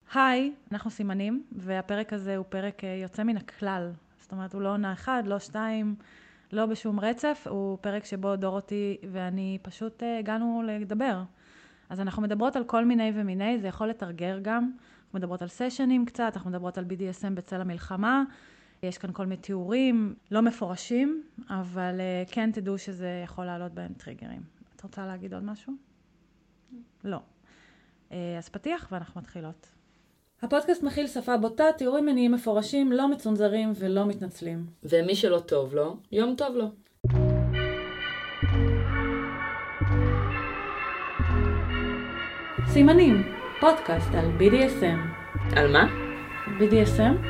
היי, אנחנו סימנים, והפרק הזה הוא פרק יוצא מן הכלל. זאת אומרת, הוא לא עונה אחד, לא שתיים, לא בשום רצף, הוא פרק שבו דורותי ואני פשוט הגענו לדבר. אז אנחנו מדברות על כל מיני ומיני, זה יכול לתרגר גם. אנחנו מדברות על סשנים קצת, אנחנו מדברות על BDSM בצל המלחמה. יש כאן כל מיני תיאורים, לא מפורשים, אבל כן תדעו שזה יכול לעלות בהם טריגרים. את רוצה להגיד עוד משהו? לא. אז פתיח ואנחנו מתחילות. הפודקאסט מכיל שפה בוטה, תיאורים מיניים מפורשים, לא מצונזרים ולא מתנצלים. ומי שלא טוב לו, יום טוב לו. סימנים, פודקאסט על BDSM. על מה? BDSM?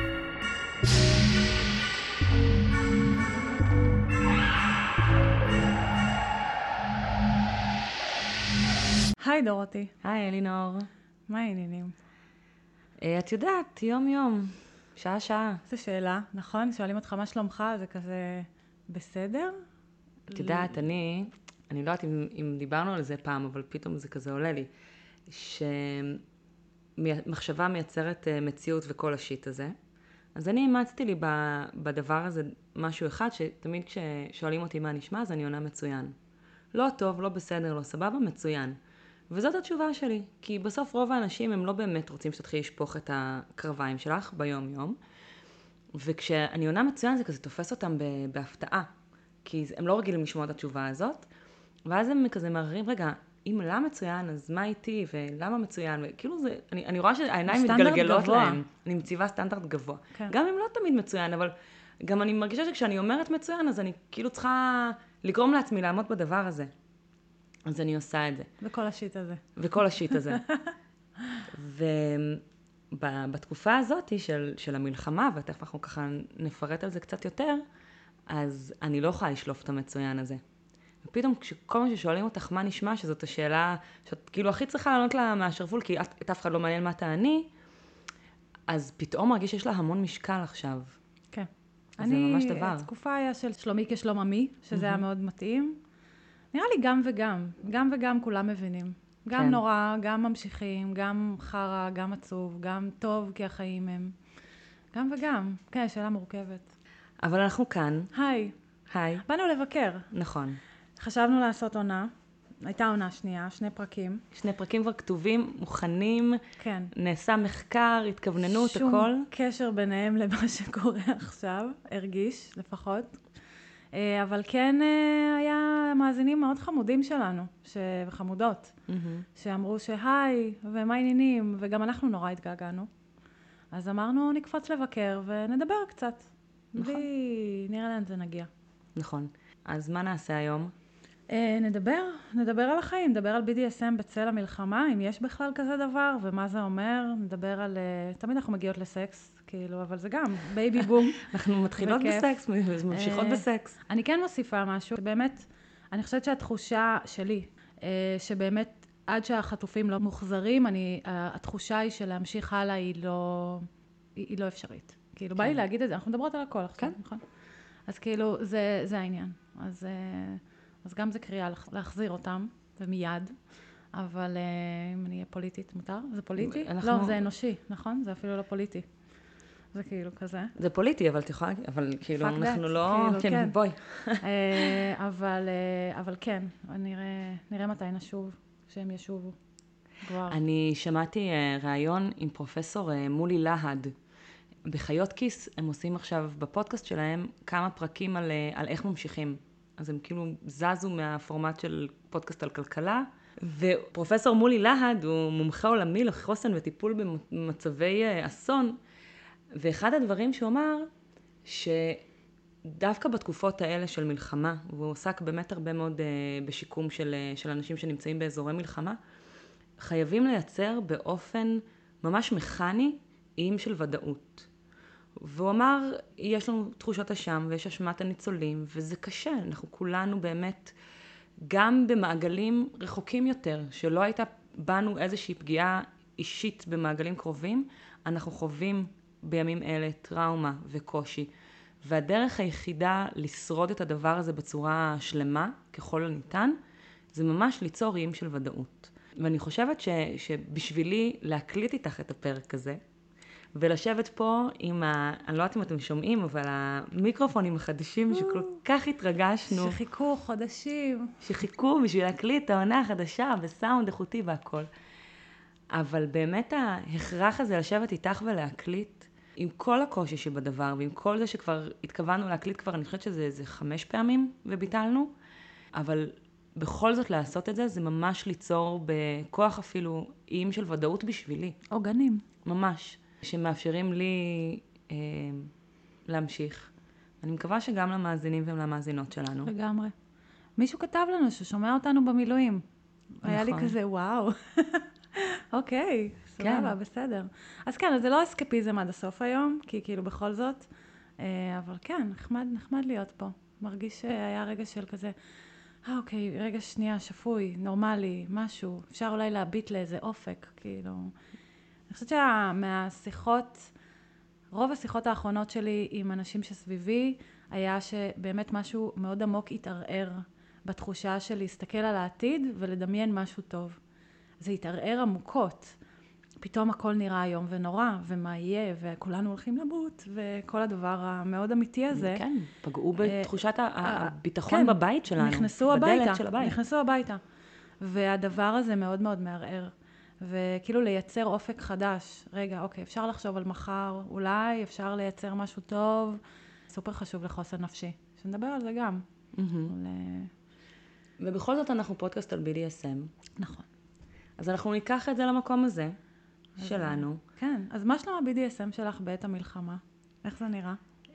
היי דורותי. היי אלינור. מה העניינים? את יודעת, יום, שעה. זו שאלה, נכון? שואלים אותך מה שלומך, זה כזה בסדר? את יודעת, אני לא יודעת אם דיברנו על זה פעם, אבל פתאום זה כזה עולה לי, שמחשבה מייצרת מציאות וכל השיט הזה. אז אני אימצתי לי בדבר הזה משהו אחד, שתמיד כששואלים אותי מה נשמע, אז אני עונה מצוין. לא טוב, לא בסדר, לא סבבה, מצוין. וזאת התשובה שלי, כי בסוף רוב האנשים הם לא באמת רוצים שתתחיל לשפוך את הקרביים שלך ביום יום, וכשאני עונה מצוין זה כזה תופס אותם בהפתעה, כי הם לא רגילים לשמוע את התשובה הזאת, ואז הם כזה מערערים, רגע, אם למה מצוין, אז מה איתי, ולמה מצוין, וכאילו זה, אני רואה שהעיניים מתגלגלות להם, אני מציבה סטנדרט גבוה, כן. גם אם לא תמיד מצוין, אבל גם אני מרגישה שכשאני אומרת מצוין, אז אני כאילו צריכה לגרום לעצמי לעמוד בדבר הזה. אז אני עושה את זה. וכל השיט הזה. ובתקופה הזאת של המלחמה, ותכף אנחנו ככה נפרט על זה קצת יותר, אז אני לא יכולה לשלוף את המצוין הזה. ופתאום כל מה ששואלים אותך מה נשמע, שזאת השאלה שאת כאילו הכי צריכה לענות לה מהשרוול, כי את אף אחד לא מעניין מה תעני, אז פתאום מרגיש שיש לה המון משקל עכשיו. כן. זה ממש דבר. התקופה היה של שלומי כשלום עמי, שזה היה מאוד מתאים. נראה לי גם וגם. גם וגם כולם מבינים. גם כן. נורא, גם ממשיכים, גם חרה, גם עצוב, גם טוב כי החיים הם. גם וגם. כן, שאלה מורכבת. אבל אנחנו כאן. היי. באנו לבקר. נכון. חשבנו לעשות עונה. הייתה עונה שנייה, 2 פרקים. 2 פרקים כבר כתובים, מוכנים. כן. נעשה מחקר, התכווננות, הכל. שום קשר ביניהם למה שקורה עכשיו, הרגיש לפחות. אבל כן היה מאזינים מאוד חמודים שלנו, וחמודות, שאמרו שהי, ומה העניינים, וגם אנחנו נורא התגעגענו. אז אמרנו נקפוץ לבקר ונדבר קצת. נכון. נראה לאן זה נגיע. נכון. אז מה נעשה היום? נדבר על החיים, נדבר על BDSM בצל המלחמה, אם יש בכלל כזה דבר, ומה זה אומר, נדבר על, תמיד אנחנו מגיעות לסקס, כאילו, אבל זה גם בייבי בום. אנחנו מתחילות בסקס, ממשיכות בסקס. אני כן מוסיפה משהו, באמת, אני חושבת שהתחושה שלי, שבאמת עד שהחטופים לא מוחזרים, התחושה היא שלהמשיך הלאה היא לא אפשרית. כאילו, בא לי להגיד את זה, אנחנו מדברות על הכל עכשיו, נכון? אז כאילו, זה העניין. אז גם זה קריאה להחזיר אותם, ומיד, אבל אם אני אהיה פוליטית, מותר? זה פוליטי? לא, זה אנושי, נכון? זה אפילו לא פוליטי. זה כאילו כזה. זה פוליטי, אבל תוכל, אבל כאילו אנחנו לא, כן, בואי. אבל כן, נראה מתי נשוב, שהם ישובו. אני שמעתי ראיון עם פרופסור מולי להד. בחיות כיס הם עושים עכשיו בפודקאסט שלהם כמה פרקים על איך ממשיכים. אז הם כאילו זזו מהפורמט של פודקאסט על כלכלה, ופרופסור מולי להד הוא מומחה עולמי לחוסן וטיפול במצבי אסון, ואחד הדברים שהוא אמר, שדווקא בתקופות האלה של מלחמה, והוא עוסק באמת הרבה מאוד בשיקום של אנשים שנמצאים באזורי מלחמה, חייבים לייצר באופן ממש מכני איים של ודאות. והוא אמר, יש לנו תחושות אשם ויש אשמת הניצולים, וזה קשה, אנחנו כולנו באמת, גם במעגלים רחוקים יותר, שלא הייתה בנו איזושהי פגיעה אישית במעגלים קרובים, אנחנו חווים בימים אלה טראומה וקושי, והדרך היחידה לשרוד את הדבר הזה בצורה שלמה, ככל הניתן, זה ממש ליצור איים של ודאות. ואני חושבת שבשבילי להקליט איתך את הפרק הזה, ולשבת פה עם אני לא יודעת אם אתם שומעים, אבל המיקרופונים החדשים שכל כך התרגשנו. שחיכו חודשים. שחיכו בשביל להקליט את העונה החדשה, בסאונד איכותי והכל. אבל באמת ההכרח הזה לשבת איתך ולהקליט, עם כל הקושי שבדבר, ועם כל זה שכבר התכוונו להקליט כבר, אני חושבת שזה 5 פעמים וביטלנו, אבל בכל זאת לעשות את זה, זה ממש ליצור בכוח אפילו איים של ודאות בשבילי. עוגנים. ממש. שמאפשרים לי להמשיך. אני מקווה שגם למאזינים ולמאזינות שלנו. לגמרי. מישהו כתב לנו ששומע אותנו במילואים. נכון. היה לי כזה, וואו. אוקיי, סבבה, בסדר. אז כן, אז זה לא אסקפיזם עד הסוף היום, כי כאילו בכל זאת, אבל כן, נחמד להיות פה. מרגיש שהיה רגע של כזה, אוקיי, רגע שנייה, שפוי, נורמלי, משהו. אפשר אולי להביט לאיזה אופק, כאילו. אני חושבת מהשיחות, רוב השיחות האחרונות שלי עם אנשים שסביבי, היה שבאמת משהו מאוד עמוק התערער בתחושה של להסתכל על העתיד ולדמיין משהו טוב. זה התערער עמוקות. פתאום הכל נראה היום ונורא, ומה יהיה, וכולנו הולכים למות, וכל הדבר המאוד אמיתי הזה. כן, פגעו בתחושת הביטחון בבית שלנו. נכנסו הביתה, נכנסו הביתה. והדבר הזה מאוד מאוד מערער. וכאילו לייצר אופק חדש. רגע, אוקיי, אפשר לחשוב על מחר, אולי אפשר לייצר משהו טוב. סופר חשוב לחוסן נפשי. שנדבר על זה גם. ובכל זאת אנחנו פודקאסט על BDSM. נכון. אז אנחנו ניקח את זה למקום הזה, שלנו. כן, אז מה שלום ה-BDSM שלך בעת המלחמה? איך זה נראה?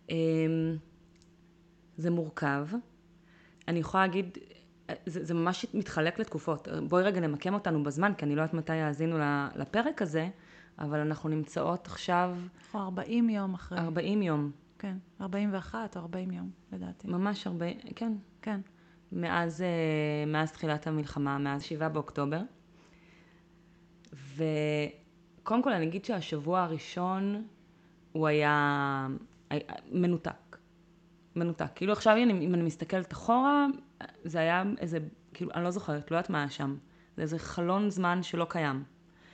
זה מורכב. אני יכולה להגיד, זה ממש מתחלק לתקופות. בואי רגע נמקם אותנו בזמן, כי אני לא יודעת מתי יאזינו לפרק הזה, אבל אנחנו נמצאות עכשיו... 40 יום אחרי. 40 יום. כן, 41 או 40 יום, לדעתי. ממש 40, כן. כן. מאז תחילת המלחמה, מאז 7 באוקטובר. וקודם כל אני אגיד שהשבוע הראשון הוא היה מנותק. מנותק. כאילו עכשיו אם אני מסתכלת אחורה, זה היה איזה, כאילו אני לא זוכרת, לא יודעת מה היה שם. זה איזה חלון זמן שלא קיים.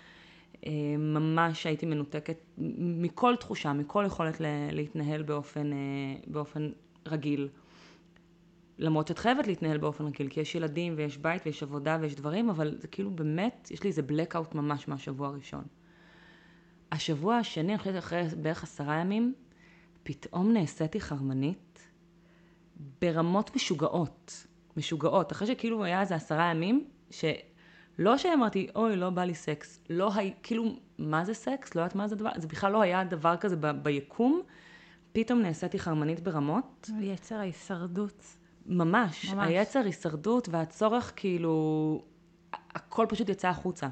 ממש הייתי מנותקת מכל תחושה, מכל יכולת להתנהל באופן רגיל. למרות שאת חייבת להתנהל באופן רגיל, כי יש ילדים ויש בית ויש עבודה ויש דברים, אבל זה כאילו באמת, יש לי איזה blackout ממש מהשבוע הראשון. השבוע השני, אחרי בערך 10 ימים, פתאום נעשיתי חרמנית ברמות משוגעות. אחרי שכאילו היה איזה 10 ימים, שלא שאמרתי, אוי, לא בא לי סקס, כאילו, מה זה סקס? לא יודעת מה זה דבר, זה בכלל לא היה דבר כזה ביקום, פתאום נעשיתי חרמנית ברמות. יצר ההישרדות. ממש. היצר הישרדות והצורך כאילו, הכל פשוט יצא החוצה.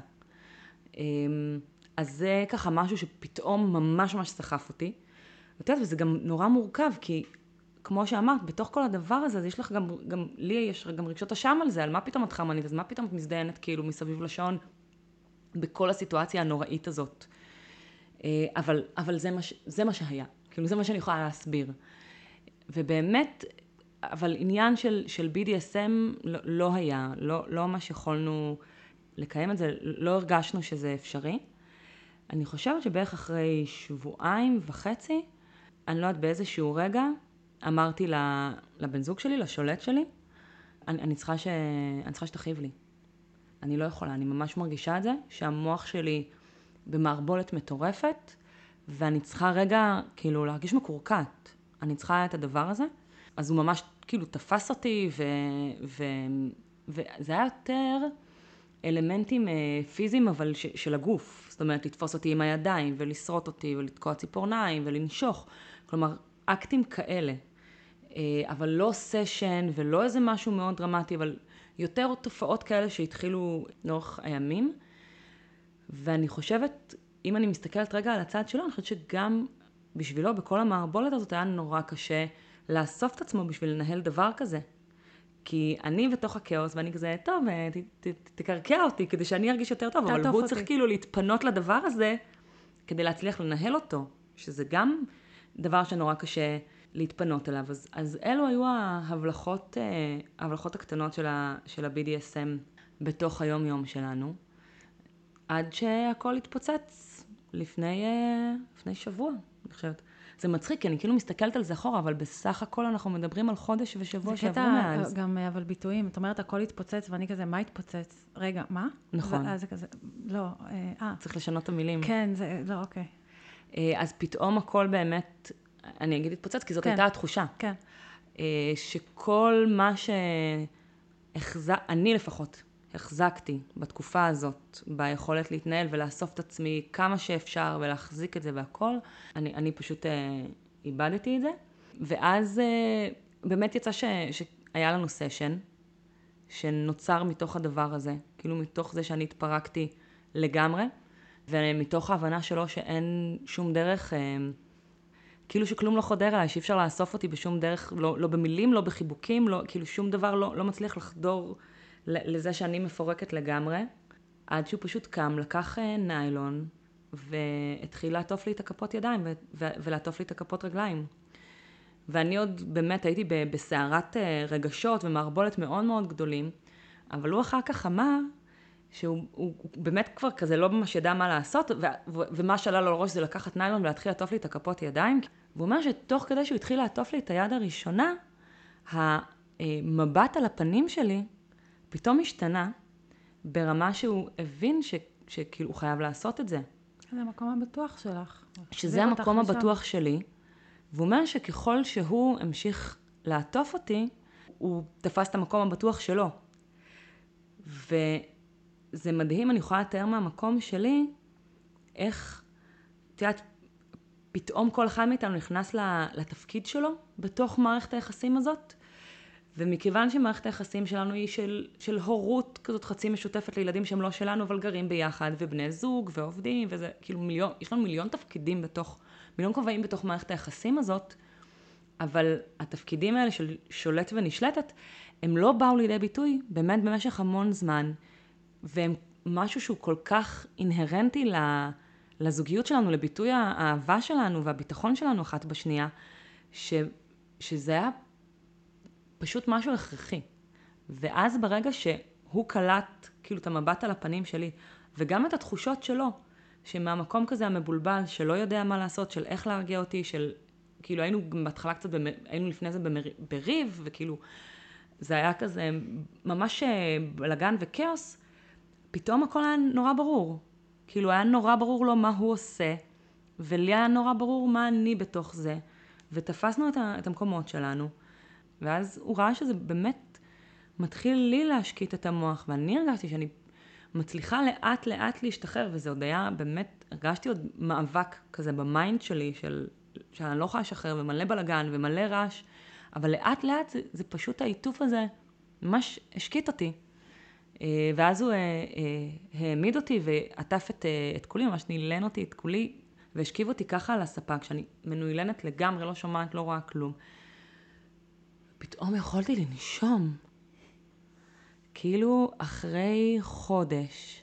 אז זה ככה משהו שפתאום ממש סחף אותי. ואת יודעת, וזה גם נורא מורכב, כי כמו שאמרת, בתוך כל הדבר הזה, אז יש לך גם לי יש גם רגשות אשם על זה, על מה פתאום את חרמנית, אז מה פתאום את מזדיינת כאילו מסביב לשעון, בכל הסיטואציה הנוראית הזאת. אבל זה מה שהיה. כאילו זה מה שאני יכולה להסביר. ובאמת, אבל עניין של BDSM לא היה, לא ממש יכולנו לקיים את זה, לא הרגשנו שזה אפשרי. אני חושבת שבערך אחרי 2.5 שבועות, אני לא יודעת באיזשהו רגע, אמרתי לבן זוג שלי, לשולט שלי, אני צריכה שתחיב לי. אני לא יכולה, אני ממש מרגישה את זה, שהמוח שלי במערבולת מטורפת, ואני צריכה רגע כאילו להרגיש מקורקעת. אני צריכה את הדבר הזה. אז הוא ממש כאילו תפס אותי, וזה היה יותר אלמנטים פיזיים, אבל של הגוף. זאת אומרת, לתפוס אותי עם הידיים, ולשרוט אותי, ולתקוע ציפורניים, ולנשוך. כלומר, אקטים כאלה. אבל לא סשן, ולא איזה משהו מאוד דרמטי, אבל יותר תופעות כאלה שהתחילו לאורך הימים. ואני חושבת, אם אני מסתכלת רגע על הצד שלו, אני חושבת שגם בשבילו, בכל המערבולת הזאת, היה נורא קשה לאסוף את עצמו בשביל לנהל דבר כזה. כי אני בתוך הכאוס, ואני כזה, טוב, תקרקע אותי, כדי שאני ארגיש יותר טוב, אבל הוא צריך כאילו להתפנות לדבר הזה, כדי להצליח לנהל אותו, שזה גם דבר שנורא קשה להתפנות אליו. אז אלו היו ההבלחות הקטנות של ה-BDSM בתוך היום-יום שלנו. עד שהכל התפוצץ לפני שבוע, אני חושבת. זה מצחיק, כי אני כאילו מסתכלת על זה אחורה, אבל בסך הכל אנחנו מדברים על חודש ושבוע שעברו מאז. זה קטע גם, אבל ביטויים, את אומרת, הכל התפוצץ, ואני כזה, מה התפוצץ? רגע, מה? נכון. ואז זה כזה, לא, צריך לשנות את המילים. כן, זה, לא, אוקיי. אז פתאום הכל באמת, אני אגיד התפוצץ, כי זאת כן. הייתה התחושה. כן. שכל מה אני לפחות החזקתי בתקופה הזאת, ביכולת להתנהל ולאסוף את עצמי כמה שאפשר ולהחזיק את זה והכל, אני פשוט איבדתי את זה. ואז באמת יצא שהיה לנו סשן, שנוצר מתוך הדבר הזה, כאילו מתוך זה שאני התפרקתי לגמרי, ומתוך ההבנה שלו שאין שום דרך, כאילו שכלום לא חודר אליי, שאי אפשר לאסוף אותי בשום דרך, לא במילים, לא בחיבוקים, כאילו שום דבר לא מצליח לחדור לזה שאני מפורקת לגמרי, עד שהוא פשוט קם, לקח ניילון, והתחיל לעטוף לי את הכפות ידיים, ולעטוף לי את הכפות רגליים. ואני עוד באמת הייתי בסערת רגשות ומערבולת מאוד מאוד גדולים, אבל הוא אחר כך אמר שהוא באמת כבר כזה לא ממש ידע מה לעשות, ומה שעלה לו לראש זה לקחת ניילון ולהתחיל לעטוף לי את הכפות ידיים. והוא אומר שתוך כדי שהוא התחיל לעטוף לי את היד הראשונה, המבט על הפנים שלי פתאום השתנה, ברמה שהוא הבין שכאילו הוא חייב לעשות את זה. זה המקום הבטוח שלך. שזה המקום הבטוח שלי, והוא אומר שככל שהוא המשיך לעטוף אותי, הוא תפס את המקום הבטוח שלו. וזה מדהים, אני יכולה לתאר מהמקום שלי, איך, תיאת, פתאום כל אחד מאיתנו נכנס לתפקיד שלו, בתוך מערכת היחסים הזאת, ומכיוון שמערכת היחסים שלנו היא של הורות כזאת חצי משותפת לילדים שהם לא שלנו, אבל גרים ביחד, ובני זוג, ועובדים, וזה כאילו יש לנו מיליון תפקידים מיליון כובעים בתוך מערכת היחסים הזאת, אבל התפקידים האלה של שולט ונשלטת, הם לא באו לידי ביטוי באמת במשך המון זמן, והם משהו שהוא כל כך אינהרנטי לזוגיות שלנו, לביטוי האהבה שלנו והביטחון שלנו אחת בשנייה, שזה היה פשוט משהו הכרחי. ואז ברגע שהוא קלט כאילו את המבט על הפנים שלי, וגם את התחושות שלו, שמהמקום כזה המבולבל, שלא יודע מה לעשות, של איך להרגיע אותי, של כאילו היינו בהתחלה קצת, היינו לפני זה בריב, וכאילו זה היה כזה ממש בלגן וכאוס, פתאום הכל היה נורא ברור. כאילו היה נורא ברור לו מה הוא עושה, ולי היה נורא ברור מה אני בתוך זה, ותפסנו את המקומות שלנו, ואז הוא ראה שזה באמת מתחיל לי להשקיט את המוח, ואני הרגשתי שאני מצליחה לאט לאט להשתחרר, וזה עוד היה באמת, הרגשתי עוד מאבק כזה במיינד שלי, שאני לא יכולה לשחרר, ומלא בלגן, ומלא רעש, אבל לאט לאט זה פשוט העיטוף הזה, ממש השקיט אותי. ואז הוא העמיד אותי ועטף את כולי, ממש נילן אותי את כולי, והשכיב אותי ככה על הספה, כשאני מנוילנת לגמרי, לא שומעת, לא רואה כלום. פתאום יכולתי לנשום. כאילו אחרי חודש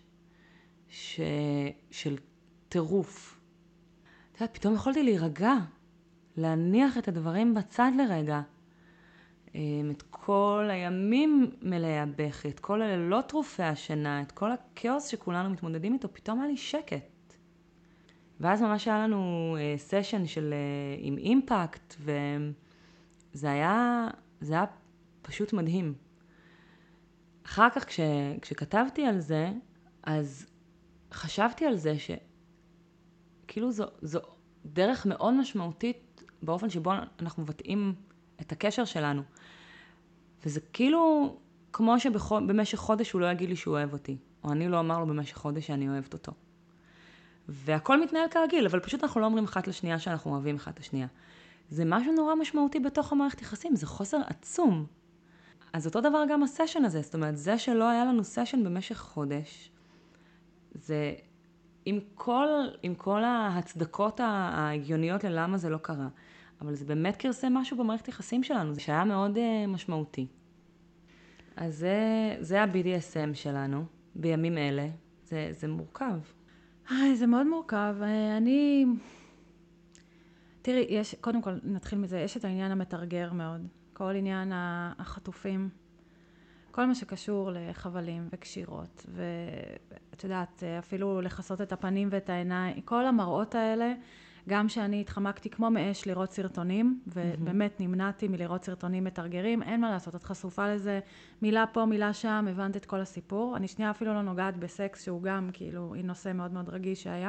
של טירוף. את יודעת, פתאום יכולתי להירגע, להניח את הדברים בצד לרגע. את כל הימים מלאי הבכי, את כל הלילות טרופי השינה, את כל הכאוס שכולנו מתמודדים איתו, פתאום היה לי שקט. ואז ממש היה לנו סשן עם אימפקט, וזה היה פשוט מדהים. אחר כך כשכתבתי על זה, אז חשבתי על זה שכאילו זו דרך מאוד משמעותית באופן שבו אנחנו מבטאים את הקשר שלנו. וזה כאילו כמו שבמשך חודש הוא לא יגיד לי שהוא אוהב אותי, או אני לא אמר לו במשך חודש שאני אוהבת אותו. והכל מתנהל כרגיל, אבל פשוט אנחנו לא אומרים אחת לשנייה שאנחנו אוהבים אחת לשנייה. זה משהו נורא משמעותי בתוך המערכת יחסים, זה חוסר עצום. אז אותו דבר גם הסשן הזה, זאת אומרת, זה שלא היה לנו סשן במשך חודש, זה עם כל ההצדקות ההגיוניות ללמה זה לא קרה. אבל זה באמת קרסם משהו במערכת יחסים שלנו, זה שהיה מאוד משמעותי. אז זה ה-BDSM שלנו, בימים אלה. זה מורכב. זה מאוד מורכב. תראי, קודם כל נתחיל מזה, יש את העניין המתרגר מאוד. כל עניין החטופים. כל מה שקשור לחבלים וקשירות, ואת יודעת, אפילו לחסות את הפנים ואת העיניים, כל המראות האלה, גם שאני התחמקתי כמו מאש לראות סרטונים, ובאמת נמנעתי מלראות סרטונים מתרגרים, אין מה לעשות, את חשופה לזה, מילה פה, מילה שם, הבנת את כל הסיפור. אני שנייה אפילו לא נוגעת בסקס, שהוא גם כאילו נושא מאוד מאוד רגיש שהיה,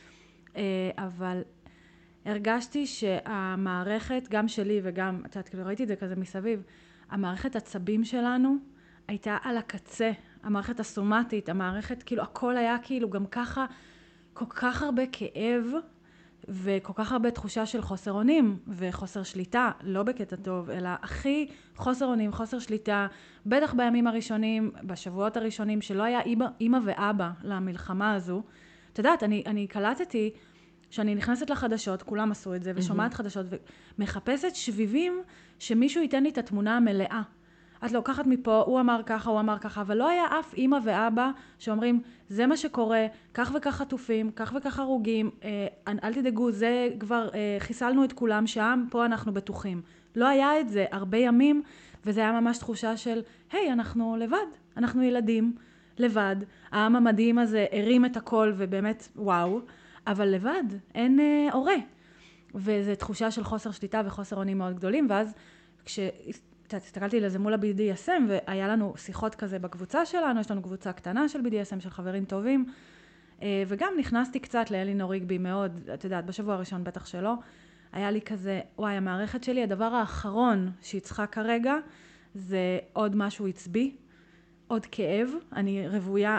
אבל הרגשתי שהמערכת, גם שלי וגם, את יודעת, כאילו ראיתי את זה כזה מסביב, המערכת עצבים שלנו הייתה על הקצה, המערכת הסומטית, המערכת, כאילו הכל היה כאילו גם ככה, כל כך הרבה כאב, וכל כך הרבה תחושה של חוסר אונים וחוסר שליטה, לא בקטע טוב, אלא הכי חוסר אונים, חוסר שליטה, בטח בימים הראשונים, בשבועות הראשונים, שלא היה אמא ואבא למלחמה הזו. את יודעת, אני קלטתי שאני נכנסת לחדשות, כולם עשו את זה, ושומעת חדשות, ומחפשת שביבים שמישהו ייתן לי את התמונה המלאה. את לוקחת מפה, הוא אמר ככה, אבל לא היה אף אמא ואבא שאומרים, זה מה שקורה, כך וכך חטופים, כך וכך הרוגים, אל תדאגו, זה כבר חיסלנו את כולם שם, פה אנחנו בטוחים. לא היה את זה הרבה ימים, וזה היה ממש תחושה של, היי, אנחנו לבד, אנחנו ילדים, לבד. העם המדהים הזה הרים את הכל, ובאמת, וואו, אבל לבד, אין הורה. וזו תחושה של חוסר שליטה וחוסר אונים מאוד גדולים, ואז הסתכלתי לזה מול ה-BDSM, והיה לנו שיחות כזה בקבוצה שלנו, יש לנו קבוצה קטנה של BDSM, של חברים טובים, וגם נכנסתי קצת לאלינור ריגבי מאוד, את יודעת, בשבוע הראשון בטח שלא, היה לי כזה, וואי, המערכת שלי, הדבר האחרון שהיא צריכה כרגע, זה עוד משהו עצבי, עוד כאב, אני רבויה,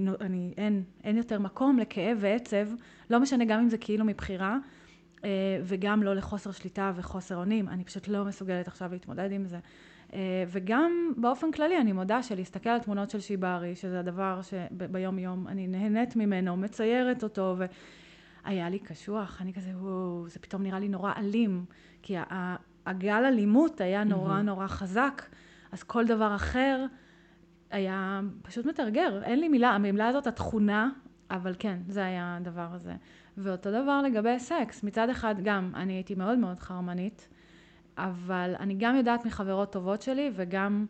אין יותר מקום לכאב ועצב, לא משנה גם אם זה כאילו מבחירה, וגם לא לחוסר שליטה וחוסר אונים, אני פשוט לא מסוגלת עכשיו להתמודד עם זה. וגם באופן כללי אני מודה שלהסתכל על תמונות של שיברי, שזה הדבר שביום יום אני נהנית ממנו, מציירת אותו, והיה לי קשוח, אני כזה, וואו, זה פתאום נראה לי נורא אלים, כי הגל אלימות היה נורא נורא חזק, אז כל דבר אחר היה פשוט מתרגר, אין לי מילה, המילה הזאת התכונה, אבל כן, זה היה הדבר הזה. ואותו דבר לגבי סקס, מצד אחד גם אני הייתי מאוד מאוד חרמנית, אבל אני גם יודעת מחברות טובות שלי, וגם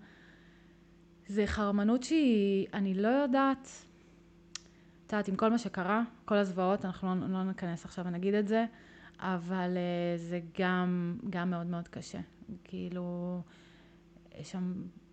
זה חרמנות שהיא, אני לא יודעת, את יודעת, עם כל מה שקרה, כל הזוועות, אנחנו לא ניכנס עכשיו ונגיד את זה, אבל זה גם מאוד מאוד קשה. כאילו, שם,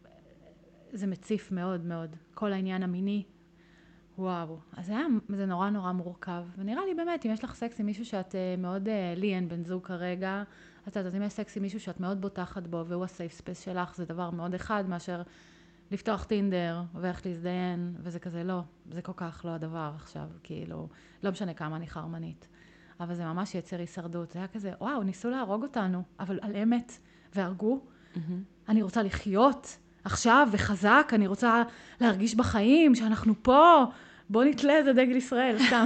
זה מציף מאוד מאוד, כל העניין המיני, וואו, אז זה נורא נורא מורכב, ונראה לי באמת, אם יש לך סקס עם מישהו שאת מאוד, לי אין בן זוג כרגע, אז אם יש סקס עם מישהו שאת מאוד בוטחת בו, והוא הסייף ספייס שלך, זה דבר מאוד אחד, מאשר לפתוח טינדר, ואיך להזדיין, וזה כזה לא, זה כל כך לא הדבר עכשיו, כאילו, לא משנה כמה אני חרמנית, אבל זה ממש יצר הישרדות, זה היה כזה, וואו, ניסו להרוג אותנו, אבל על אמת, והרגו, אני רוצה לחיות, עכשיו וחזק, אני רוצה להרגיש בחיים שאנחנו פה, בוא נתלה את דגל ישראל, סתם.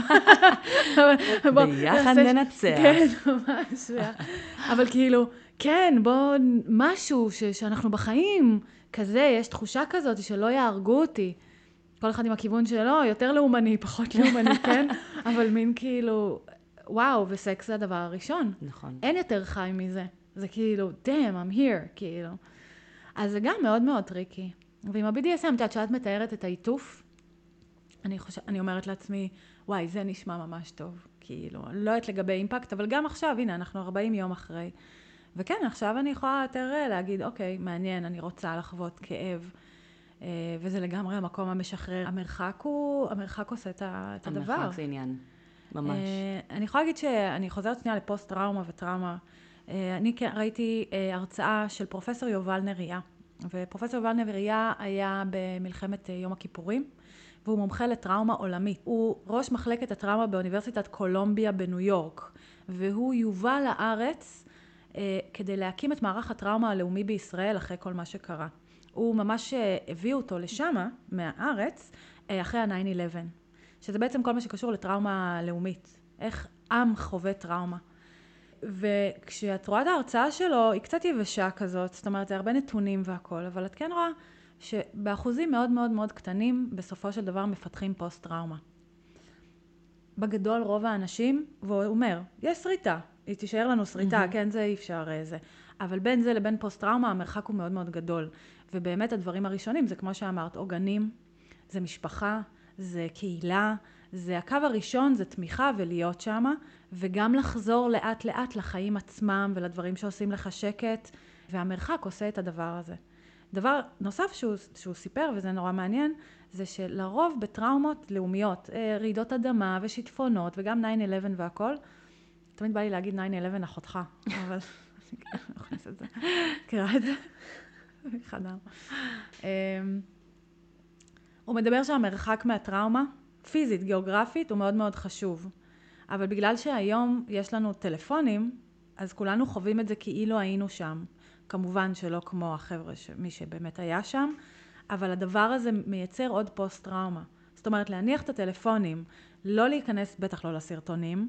ביחד ננצח. כן, ממש. אבל כאילו, כן, בוא, משהו שאנחנו בחיים, כזה, יש תחושה כזאת שלא יהרגו אותי. כל אחד עם הכיוון שלו, יותר לאומני, פחות לאומני, כן? אבל מין כאילו, וואו, וסקס זה הדבר הראשון. נכון. אין יותר חי מזה. זה כאילו, damn, I'm here, כאילו. אז זה גם מאוד מאוד טריקי. ועם ה-BDSM, שאת מתארת את העיטוף, אני אומרת לעצמי, וואי, זה נשמע ממש טוב. כאילו, לא יודעת לגבי אימפקט, אבל גם עכשיו, הנה, אנחנו 40 יום אחרי. וכן, עכשיו אני יכולה יותר להגיד, אוקיי, מעניין, אני רוצה לחוות כאב. וזה לגמרי המקום המשחרר. המרחק עושה את הדבר. המרחק זה עניין, ממש. אני יכולה להגיד שאני חוזרת שנייה לפוסט טראומה וטראומה. אני ראיתי הרצאה של פרופסור יובל נריה, ופרופסור יובל נריה היה במלחמת יום הכיפורים, והוא מומחה לטראומה עולמית. הוא ראש מחלקת הטראומה באוניברסיטת קולומביה בניו יורק, והוא יובא לארץ כדי להקים את מערך הטראומה הלאומי בישראל אחרי כל מה שקרה. הוא ממש הביא אותו לשמה, מהארץ, אחרי ה-9/11, שזה בעצם כל מה שקשור לטראומה לאומית. איך עם חווה טראומה. וכשאת רואה את ההרצאה שלו, היא קצת יבשה כזאת, זאת אומרת, זה הרבה נתונים והכל, אבל את כן רואה שבאחוזים מאוד מאוד מאוד קטנים, בסופו של דבר מפתחים פוסט-טראומה. בגדול רוב האנשים, והוא אומר, יש שריטה, היא תישאר לנו שריטה, כן, זה אי אפשר זה. אבל בין זה לבין פוסט-טראומה המרחק הוא מאוד מאוד גדול. ובאמת הדברים הראשונים זה כמו שאמרת, עוגנים, זה משפחה, זה קהילה, זה הקו הראשון, זה תמיכה ולהיות שמה, וגם לחזור לאט לאט לחיים עצמם ולדברים שעושים לך שקט, והמרחק עושה את הדבר הזה. דבר נוסף שהוא סיפר, וזה נורא מעניין, זה שלרוב בטראומות לאומיות, רעידות אדמה ושיטפונות, וגם 9/11 והכל, תמיד בא לי להגיד 9/11 אחותך, אבל אני אכניס את זה. קרא את זה? חדם. הוא מדבר שהמרחק מהטראומה, פיזית, גיאוגרפית, הוא מאוד מאוד חשוב. אבל בגלל שהיום יש לנו טלפונים, אז כולנו חווים את זה כאילו היינו שם. כמובן שלא כמו החבר'ה, מי שבאמת היה שם, אבל הדבר הזה מייצר עוד פוסט-טראומה. זאת אומרת, להניח את הטלפונים, לא להיכנס, בטח לא לסרטונים,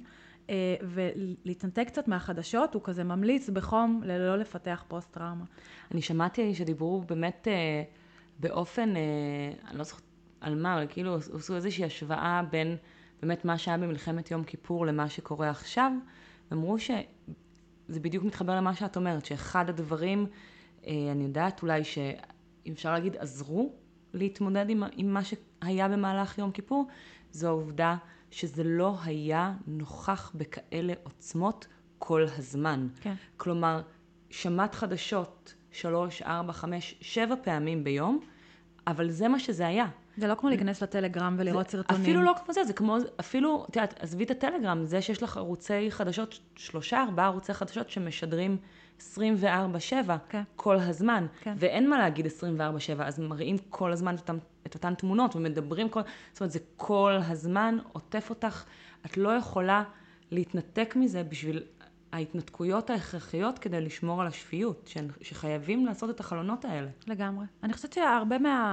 ולהתנתק קצת מהחדשות, הוא כזה ממליץ בחום לא לפתח פוסט-טראומה. אני שמעתי שדיברו באמת באופן, אני לא זוכרת על מה, אבל כאילו עשו איזושהי השוואה בין באמת מה שהיה במלחמת יום כיפור למה שקורה עכשיו, ואמרו שזה בדיוק מתחבר למה שאת אומרת, שאחד הדברים, אני יודעת אולי שאם אפשר להגיד עזרו להתמודד עם מה שהיה במהלך יום כיפור, זו העובדה שזה לא היה נוכח בכאלה עוצמות כל הזמן. כן. כלומר, שמעת חדשות 3, 4, 5, 7 פעמים ביום, אבל זה מה שזה היה. זה לא כמו להיכנס לטלגרם ולראות סרטונים. אפילו לא כמו זה כמו, אפילו, תראה, עזבי את הטלגרם, זה שיש לך ערוצי חדשות, 3, 4 ערוצי חדשות שמשדרים 24/7 כן. כל הזמן. כן. ואין מה להגיד 24/7, אז מראים כל הזמן את אותן תמונות ומדברים זאת אומרת, זה כל הזמן עוטף אותך. את לא יכולה להתנתק מזה בשביל ההתנתקויות ההכרחיות כדי לשמור על השפיות, שחייבים לעשות את החלונות האלה. לגמרי. אני חושבת שהרבה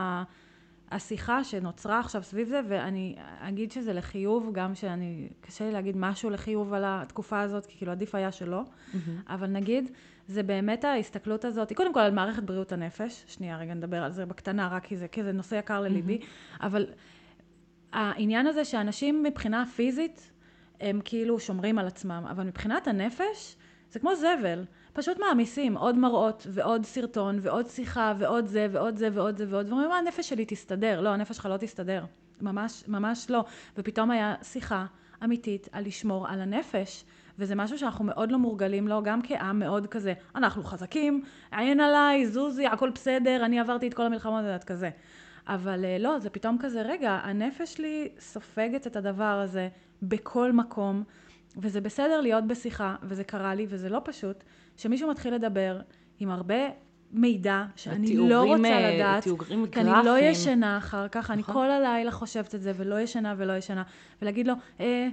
השיחה שנוצרה עכשיו סביב זה, ואני אגיד שזה לחיוב, גם קשה לי להגיד משהו לחיוב על התקופה הזאת, כי כאילו עדיף היה שלא, אבל נגיד, זה באמת ההסתכלות הזאת, קודם כל על מערכת בריאות הנפש, שנייה רגע נדבר על זה בקטנה, רק כי זה נושא יקר לליבי, אבל העניין הזה שאנשים מבחינה פיזית, הם כאילו שומרים על עצמם, אבל מבחינת הנפש, זה כמו זבל. פשוט מעמיסים עוד מראות ועוד סרטון ועוד שיחה ועוד זה ועוד זה ועוד זה ועוד, ואומרים, הנפש שלי תסתדר. לא, הנפש שלך לא תסתדר. ממש, ממש לא. ופתאום היה שיחה אמיתית על לשמור על הנפש, וזה משהו שאנחנו מאוד לא מורגלים לו, גם כעם מאוד כזה, אנחנו חזקים, עין עליי, זוזי, הכל בסדר, אני עברתי את כל המלחמות, את כזה. אבל לא, זה פתאום כזה, רגע, הנפש שלי סופגת את הדבר הזה בכל מקום, וזה בסדר להיות בשיחה, וזה קרה לי, וזה לא פשוט, שמישהו מתחיל לדבר עם הרבה מידע שאני לא רוצה לדעת, כי אני לא ישנה אחר כך, אני כל הלילה חושבת את זה, ולא ישנה ולא ישנה, ולהגיד לו,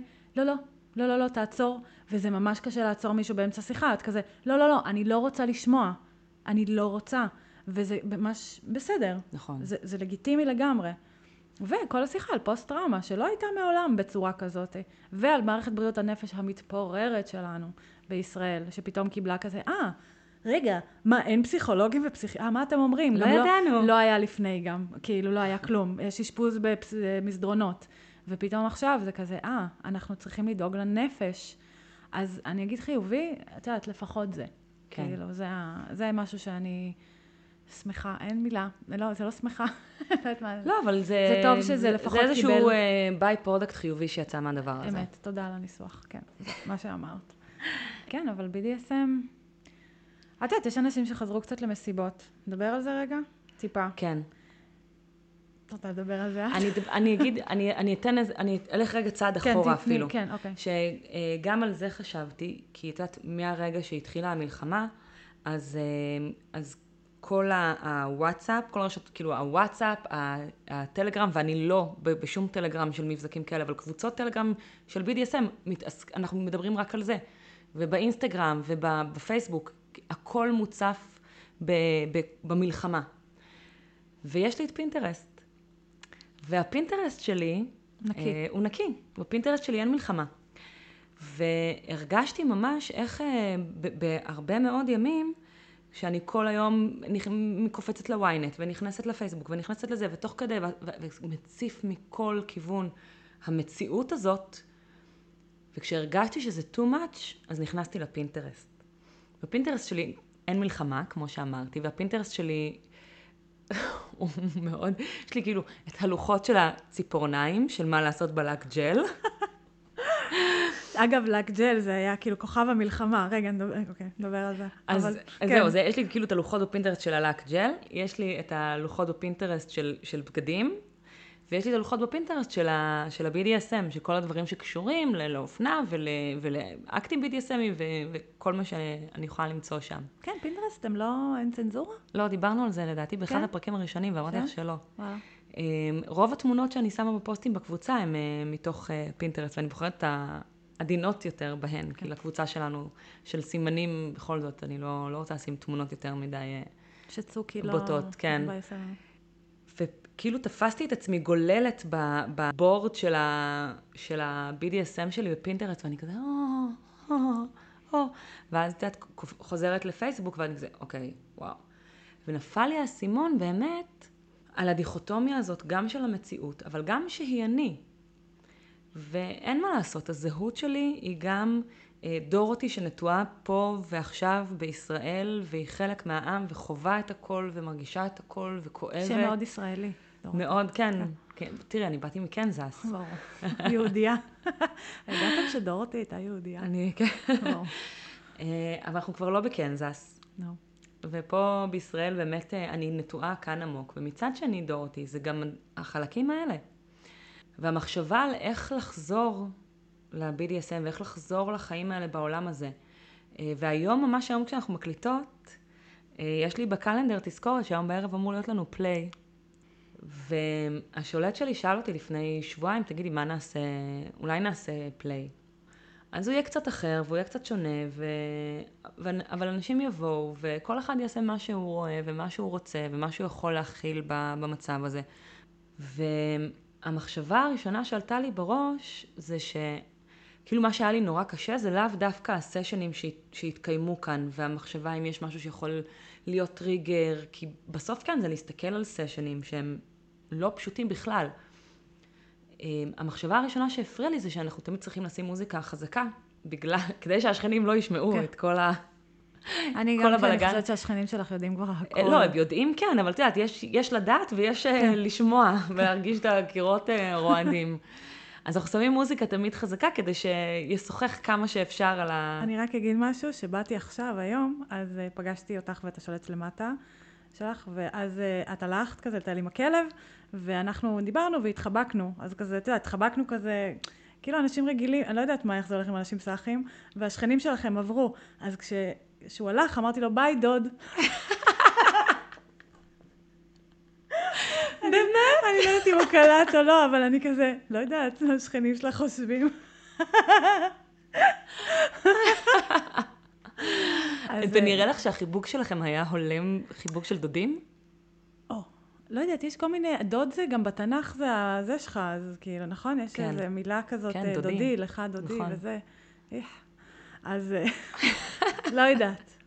לא, תעצור, וזה ממש קשה לעצור מישהו באמצע שיחה, את כזה, לא, אני לא רוצה לשמוע, אני לא רוצה, וזה ממש בסדר. נכון. זה לגיטימי לגמרי. וכל השיחה על פוסט-טראומה, שלא הייתה מעולם בצורה כזאת, ועל מערכת בריאות הנפש המתפוררת שלנו בישראל, שפתאום קיבלה כזה, רגע, מה, אין פסיכולוגים מה אתם אומרים? לא ידענו. לא היה לפני גם, כאילו לא היה כלום, יש אשפוז במסדרונות, ופתאום עכשיו זה כזה, אנחנו צריכים לדאוג לנפש. אז אני אגיד חיובי, את יודעת, לפחות זה. כן. כאילו, זה משהו שאני שמחה, אין מילה, זה לא שמחה. לא, אבל זה טוב שזה לפחות קיבל. זה איזשהו ביי פרודקט חיובי שיצא מהדבר הזה. אמת, תודה על הניסוח, כן, מה שאמרת. כן, אבל BDSM, את יודעת, יש אנשים שחזרו קצת למסיבות. נדבר על זה רגע? טיפה. כן. אתה רוצה לדבר על זה? אני אגיד, אני אלך רגע צעד אחורה אפילו. כן, אוקיי. שגם על זה חשבתי, כי את יודעת, מהרגע שהתחילה המלחמה, אז כל הוואטסאפ, כל הרשת, כאילו הוואטסאפ, הטלגרם, ואני לא בשום טלגרם של מבזקים כאלה, אבל קבוצות טלגרם של BDSM, אנחנו מדברים רק על זה. ובאינסטגרם ובפייסבוק, הכל מוצף במלחמה. ויש לי את פינטרסט. והפינטרסט שלי, הוא נקי. בפינטרסט שלי אין מלחמה. והרגשתי ממש איך בהרבה מאוד ימים, שאני כל היום קופצת לוויינט, ונכנסת לפייסבוק, ונכנסת לזה, ותוך כדי, ומציף מכל כיוון המציאות הזאת, וכשהרגשתי שזה too much, אז נכנסתי לפינטרסט. בפינטרסט שלי, אין מלחמה, כמו שאמרתי, והפינטרסט שלי הוא מאוד, יש לי כאילו את הלוחות של הציפורניים, של מה לעשות בלק ג'ל. אגב, לק ג'ל זה היה כאילו כוכב המלחמה. רגע, נדבר על זה. אז זהו, יש לי כאילו את הלוחות בפינטרסט של הלק ג'ל, יש לי את הלוחות בפינטרסט של בגדים, ויש לי את הלוחות בפינטרסט של ה-BDSM, של כל הדברים שקשורים לאופנה ולאקטים BDSMי וכל מה שאני יכולה למצוא שם. כן, פינטרסט, אין צנזורה? לא, דיברנו על זה לדעתי באחד הפרקים הראשונים, ואמרתי לך שלא. וואלה. רוב התמונות שאני שמה בפוסטים בקבוצה הן מתוך פינטרסט, ואני בוחרת את העדינות יותר בהן, כי לקבוצה שלנו, של סימנים, בכל זאת, אני לא רוצה לשים תמונות יותר מדי שצוקי לא... בוטות, כן. וכאילו תפסתי את עצמי גוללת בבורד של ה-BDSM שלי בפינטרסט, ואני כזה, ואז את חוזרת לפייסבוק, ואני כזה, אוקיי, וואו. ונפל לי האסימון באמת על הדיכוטומיה הזאת, גם של המציאות, אבל גם שהיא אני. ואין מה לעשות, הזהות שלי היא גם דורותי שנטועה פה ועכשיו בישראל, והיא חלק מהעם, וחובה את הכל, ומרגישה את הכל, וכואבת. שמאוד ישראלי. מאוד, כן. תראי, אני באתי מקנזס. ברור. יהודיה. ידעתם שדורותי הייתה יהודיה? אני, כן. אבל אנחנו כבר לא בקנזס. לא. ופה בישראל באמת אני נטועה כאן עמוק. ומצד שני דורותי, זה גם החלקים האלה. והמחשבה על איך לחזור ל-BDSM ואיך לחזור לחיים האלה בעולם הזה. והיום, ממש היום כשאנחנו מקליטות, יש לי בקלנדר תזכורת שהיום בערב אמור להיות לנו פליי. והשולט שלי שאל אותי לפני שבועיים, תגידי, מה נעשה? אולי נעשה פליי. אז הוא יהיה קצת אחר, והוא יהיה קצת שונה, אבל אנשים יבואו, וכל אחד יעשה מה שהוא רואה, ומה שהוא רוצה, ומה שהוא יכול להכיל במצב הזה. והמחשבה הראשונה שעלתה לי בראש, זה כאילו מה שהיה לי נורא קשה, זה לאו דווקא הסשנים שהתקיימו כאן, והמחשבה אם יש משהו שיכול להיות טריגר, כי בסוף כאן זה להסתכל על סשנים שהם לא פשוטים בכלל. המחשבה הראשונה שהפריעה לי זה שאנחנו תמיד צריכים לשים מוזיקה חזקה, כדי שהשכנים לא ישמעו את כל הבלגן. אני גם אני חושבת שהשכנים שלך יודעים כבר הכל. לא, הם יודעים כן, אבל תדעת, יש לדעת ויש לשמוע ולהרגיש את הקירות רועדים. אז אנחנו שמים מוזיקה תמיד חזקה כדי שישוחח כמה שאפשר על אני רק אגיד משהו, שבאתי עכשיו, היום, אז פגשתי אותך ואת השולט למטה שלך, ואז את הלכת כזה, הייתה לי עם הכלב, ואנחנו דיברנו והתחבקנו, אז כזה, אתה יודע, התחבקנו כזה, כאילו אנשים רגילים, אני לא יודעת מה, איך זה הולך עם אנשים סאחים, והשכנים שלכם עברו, אז כשהוא הלך, אמרתי לו, ביי דוד. באמת? אני לא יודעת אם הוא קלט או לא, אבל אני כזה, לא יודעת, השכנים שלך חושבים. ונראה לך שהחיבוק שלכם היה הולם חיבוק של דודים? לא יודעת, יש כל מיני, דוד זה גם בתנ"ך זה שלך, אז כאילו, נכון? יש איזו מילה כזאת, דודי, לך דודי וזה. אז לא יודעת.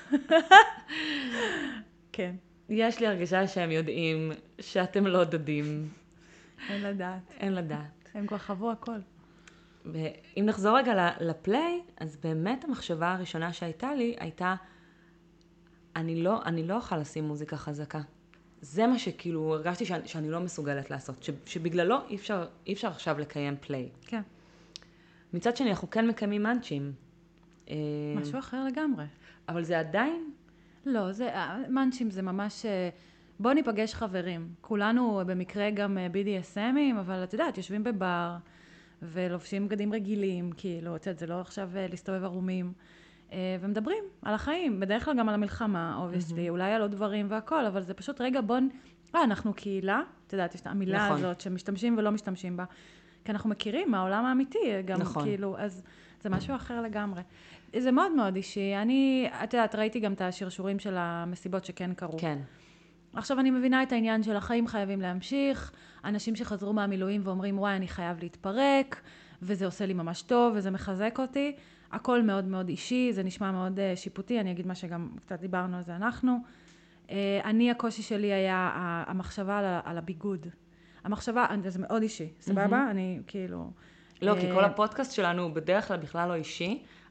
כן. יש לי הרגשה שהם יודעים שאתם לא דודים. אין לדעת. אין לדעת. הם כבר חוו הכל. ואם נחזור רגע לפליי, אז באמת המחשבה הראשונה שהייתה לי, הייתה, אני לא אוכל לשים מוזיקה חזקה. זה מה שכאילו הרגשתי שאני לא מסוגלת לעשות, שבגללו אי אפשר עכשיו לקיים פליי. כן. מצד שני, אנחנו כן מקיימים מאנצ'ים. משהו אחר לגמרי. אבל זה עדיין... לא, מאנצ'ים זה ממש... בוא ניפגש חברים. כולנו במקרה גם BDSMים, אבל את יודעת, יושבים בבר, ולובשים בגדים רגילים, כאילו, את יודעת, זה לא עכשיו להסתובב ערומים, ומדברים על החיים, בדרך כלל גם על המלחמה, obviously, אולי על עוד דברים והכל, אבל זה פשוט רגע אנחנו קהילה, את יודעת, יש את המילה הזאת שמשתמשים ולא משתמשים בה, כי אנחנו מכירים מהעולם האמיתי, גם כאילו, אז זה משהו אחר לגמרי. זה מאוד מאוד אישי, את יודעת, ראיתי גם את השרשורים של המסיבות שכן קרו. כן. עכשיו אני מבינה את העניין של החיים חייבים להמשיך, אנשים שחזרו מהמילואים ואומרים, וואי, אני חייב להתפרק, וזה עושה לי ממש טוב, וזה מחזק אותי. הכל מאוד מאוד אישי, זה נשמע מאוד שיפוטי, אני אגיד מה שגם קצת דיברנו על זה אנחנו. הקושי שלי היה המחשבה על הביגוד. המחשבה, זה מאוד אישי, סבבה? אני כאילו... לא, כי כל הפודקאסט שלנו בדרך כלל בכלל לא אישי,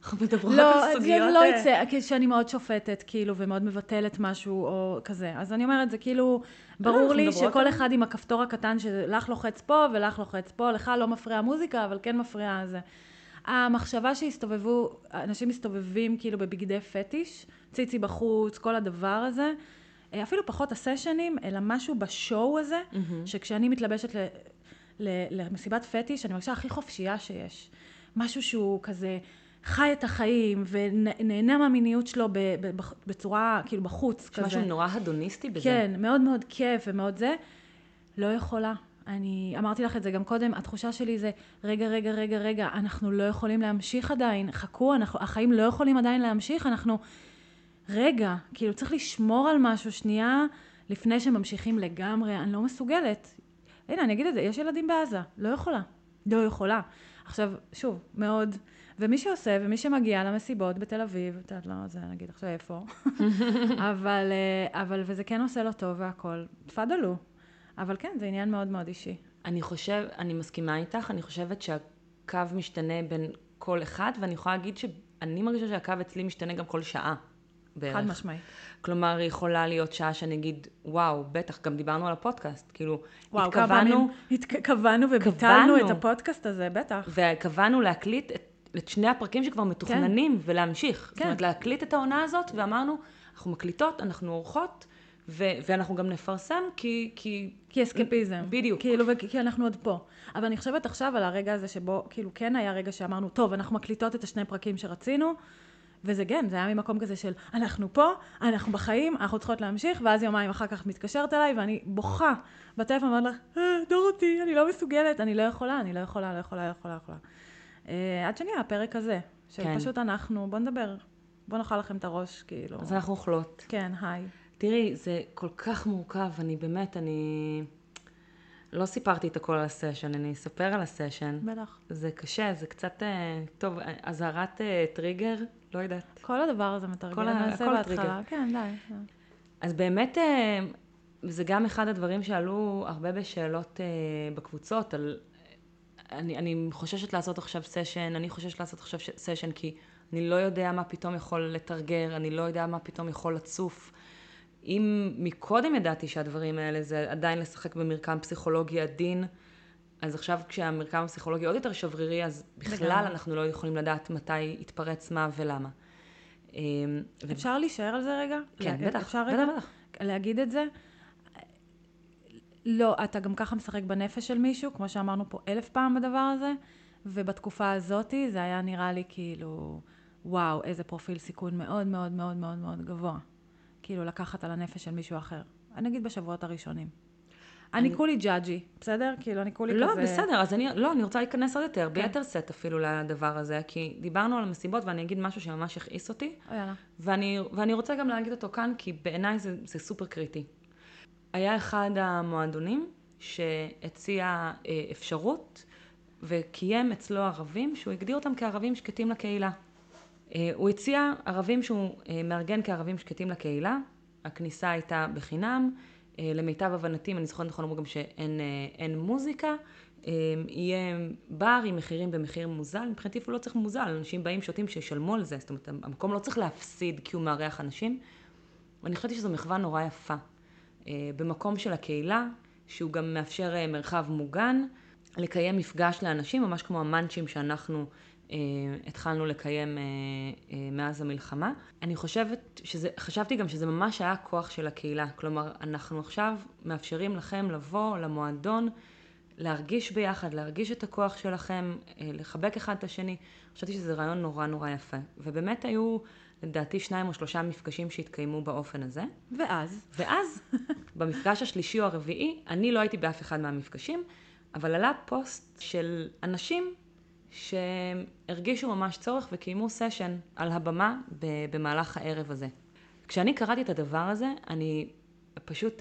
אנחנו מדברות לא, על סוגיות... זה לא יצא, כשאני מאוד שופטת, כאילו, ומאוד מבטלת משהו או כזה. אז אני אומרת, זה כאילו, ברור אנחנו לי מדברות שכל על- אחד עם הכפתור הקטן, שלך לוחץ פה ולך לוחץ פה, לך לא מפריע המוזיקה, אבל כן מפריע זה. המחשבה שהסתובבו, אנשים מסתובבים כאילו בבגדי פטיש, ציצי בחוץ, כל הדבר הזה, אפילו פחות הסשנים, אלא משהו בשואו הזה, שכשאני מתלבשת למסיבת פטיש, אני מרגישה הכי חופשייה שיש. משהו שהוא כזה חי את החיים, ונהנה מהמיניות שלו בצורה, כאילו בחוץ כזה. משהו נורא הדוניסטי בזה. כן, מאוד מאוד כיף ומאוד זה. לא יכולה. אני אמרתי לך את זה גם קודם, התחושה שלי זה, רגע, אנחנו לא יכולים להמשיך עדיין, חכו, החיים לא יכולים עדיין להמשיך, רגע, כאילו צריך לשמור על משהו שנייה, לפני שממשיכים לגמרי, אני לא מסוגלת. הנה, אני אגיד את זה, יש ילדים בעזה, לא יכולה. עכשיו, שוב, מאוד, ומי שעושה, ומי שמגיע למסיבות בתל אביב, את יודעת, לא, זה נגיד עכשיו איפה, אבל, וזה כן עושה לו טוב והכל, תפדלו. אבל כן, זה עניין מאוד מאוד אישי. אני מסכימה איתך, אני חושבת שהקו משתנה בין כל אחד, ואני יכולה להגיד שאני מרגישה שהקו אצלי משתנה גם כל שעה. בערך. חד משמעי. כלומר, יכולה להיות שעה שאני אגיד, וואו, בטח, גם דיברנו על הפודקאסט, כאילו, וואו, קבענו וביטלנו את הפודקאסט הזה, בטח. וקבענו להקליט את שני הפרקים שכבר מתוכננים ולהמשיך. זאת אומרת, להקליט את העונה הזאת, ואמרנו, אנחנו מקליטות, אנחנו עורכות, ואנחנו גם נפרסם, כי אסקפיזם. בדיוק. כאילו, כי אנחנו עוד פה. אבל אני חושבת עכשיו על הרגע הזה שבו, כאילו, כן היה רגע שאמרנו, טוב, אנחנו מקליטות את השני פרקים שרצינו, וזה כן, זה היה ממקום כזה של, אנחנו פה, אנחנו בחיים, אנחנו צריכות להמשיך, ואז יומיים אחר כך מתקשרת אליי, ואני בוכה בטלפון, ואומרת לך, דורותי, אני לא מסוגלת, אני לא יכולה. עד שנהיה הפרק הזה, שפשוט אנחנו, בוא נדבר, בוא נאכל לכם את הראש, כאילו. אז אנחנו אוכלות. כן, היי. תראי, זה כל כך מורכב, אני לא סיפרתי את הכל על הסשן, אני אספר על הסשן. בטח. זה קשה, זה קצת, טוב, אזהרת טריגר, לא יודעת. כל הדבר הזה מתרגל, נעשה בהתחלה. כן, די. אז באמת, זה גם אחד הדברים שעלו הרבה בשאלות בקבוצות, אני חוששת לעשות עכשיו סשן, כי אני לא יודע מה פתאום יכול לתרגר, אני לא יודע מה פתאום יכול לצוף. אם מקודם ידעתי שהדברים האלה זה עדיין לשחק במרקם פסיכולוגי עדין, אז עכשיו כשהמרקם הפסיכולוגי עוד יותר שברירי, אז בכלל אנחנו לא יכולים לדעת מתי יתפרץ מה ולמה. אפשר להישאר על זה רגע? כן, בטח. אפשר רגע להגיד את זה? לא, אתה גם ככה משחק בנפש של מישהו, כמו שאמרנו פה 1000 פעם בדבר הזה, ובתקופה הזאת זה היה נראה לי כאילו, וואו, איזה פרופיל סיכון מאוד מאוד מאוד מאוד מאוד גבוה. כאילו לקחת על הנפש של מישהו אחר. אני אגיד בשבועות הראשונים. אני כולי ג'אג'י, בסדר? כאילו אני כולי כזה... לא, בסדר, אז אני רוצה להיכנס עוד יותר, ביתר סט אפילו לדבר הזה, כי דיברנו על המסיבות ואני אגיד משהו שממש הכעיס אותי. יאללה. ואני רוצה גם להגיד אותו כאן, כי בעיניי זה סופר קריטי. היה אחד המועדונים שהציע אפשרות, וקיים אצלו ערבים, שהוא הגדיר אותם כערבים שקטים לקהילה. הוא הציע ערבים שהוא מארגן כערבים שקטים לקהילה, הכניסה הייתה בחינם, למיטב הבנתי, אני זוכרת נכון אמרו גם שאין מוזיקה, יהיה בר עם מחירים במחיר מוזל, מבחינתי אפילו לא צריך מוזל, אנשים באים שותים שישלמו על זה, זאת אומרת, המקום לא צריך להפסיד כי הוא מארח אנשים, ואני חושבת שזו מחווה נורא יפה. במקום של הקהילה, שהוא גם מאפשר מרחב מוגן, לקיים מפגש לאנשים, ממש כמו המאנצ'ים שאנחנו התחלנו לקיים מאז המלחמה. אני חשבתי גם שזה ממש היה הכוח של הקהילה. כלומר, אנחנו עכשיו מאפשרים לכם לבוא למועדון, להרגיש ביחד, להרגיש את הכוח שלכם, לחבק אחד את השני. חשבתי שזה רעיון נורא נורא יפה. ובאמת היו, לדעתי, 2 או 3 מפגשים שהתקיימו באופן הזה. ואז, במפגש השלישי או הרביעי, אני לא הייתי באף אחד מהמפגשים, אבל עלה פוסט של אנשים שהרגישו ממש צורך וקיימו סשן על הבמה במהלך הערב הזה. כשאני קראתי את הדבר הזה, אני פשוט,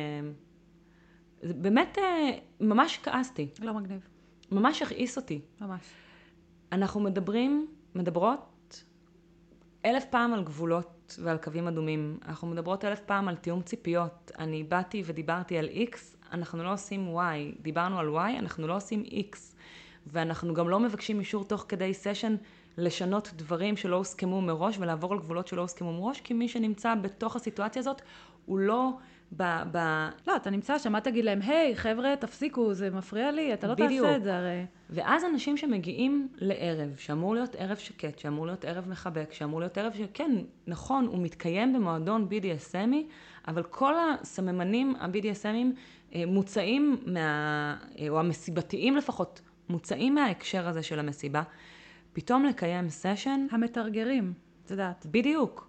באמת ממש כעסתי. לא מגניב. ממש הכעיס אותי. ממש. אנחנו מדברות 1000 פעם על גבולות ועל קווים אדומים. אנחנו מדברות 1000 פעם על תיאום ציפיות. אני באתי ודיברתי על X, אנחנו לא עושים Y. דיברנו על Y, אנחנו לא עושים X. ואנחנו גם לא מבקשים אישור תוך כדי סשן לשנות דברים שלא הוסכמו מראש, ולעבור לגבולות שלא הוסכמו מראש, כי מי שנמצא בתוך הסיטואציה הזאת, הוא לא לא, אתה נמצא שם, מה תגיד להם, היי, חבר'ה, תפסיקו, זה מפריע לי, אתה לא בדיוק. תעשה את זה הרי. ואז אנשים שמגיעים לערב, שאמור להיות ערב שקט, שאמור להיות ערב מחבק, שאמור להיות ערב שכן, נכון, הוא מתקיים במועדון BDSMי, אבל כל הסממנים ה-BDSMים מוצאים או המסיבתיים לפחות, מוצאים מההקשר הזה של המסיבה. פתאום לקיים סשן. המתרגרים, את יודעת. בדיוק.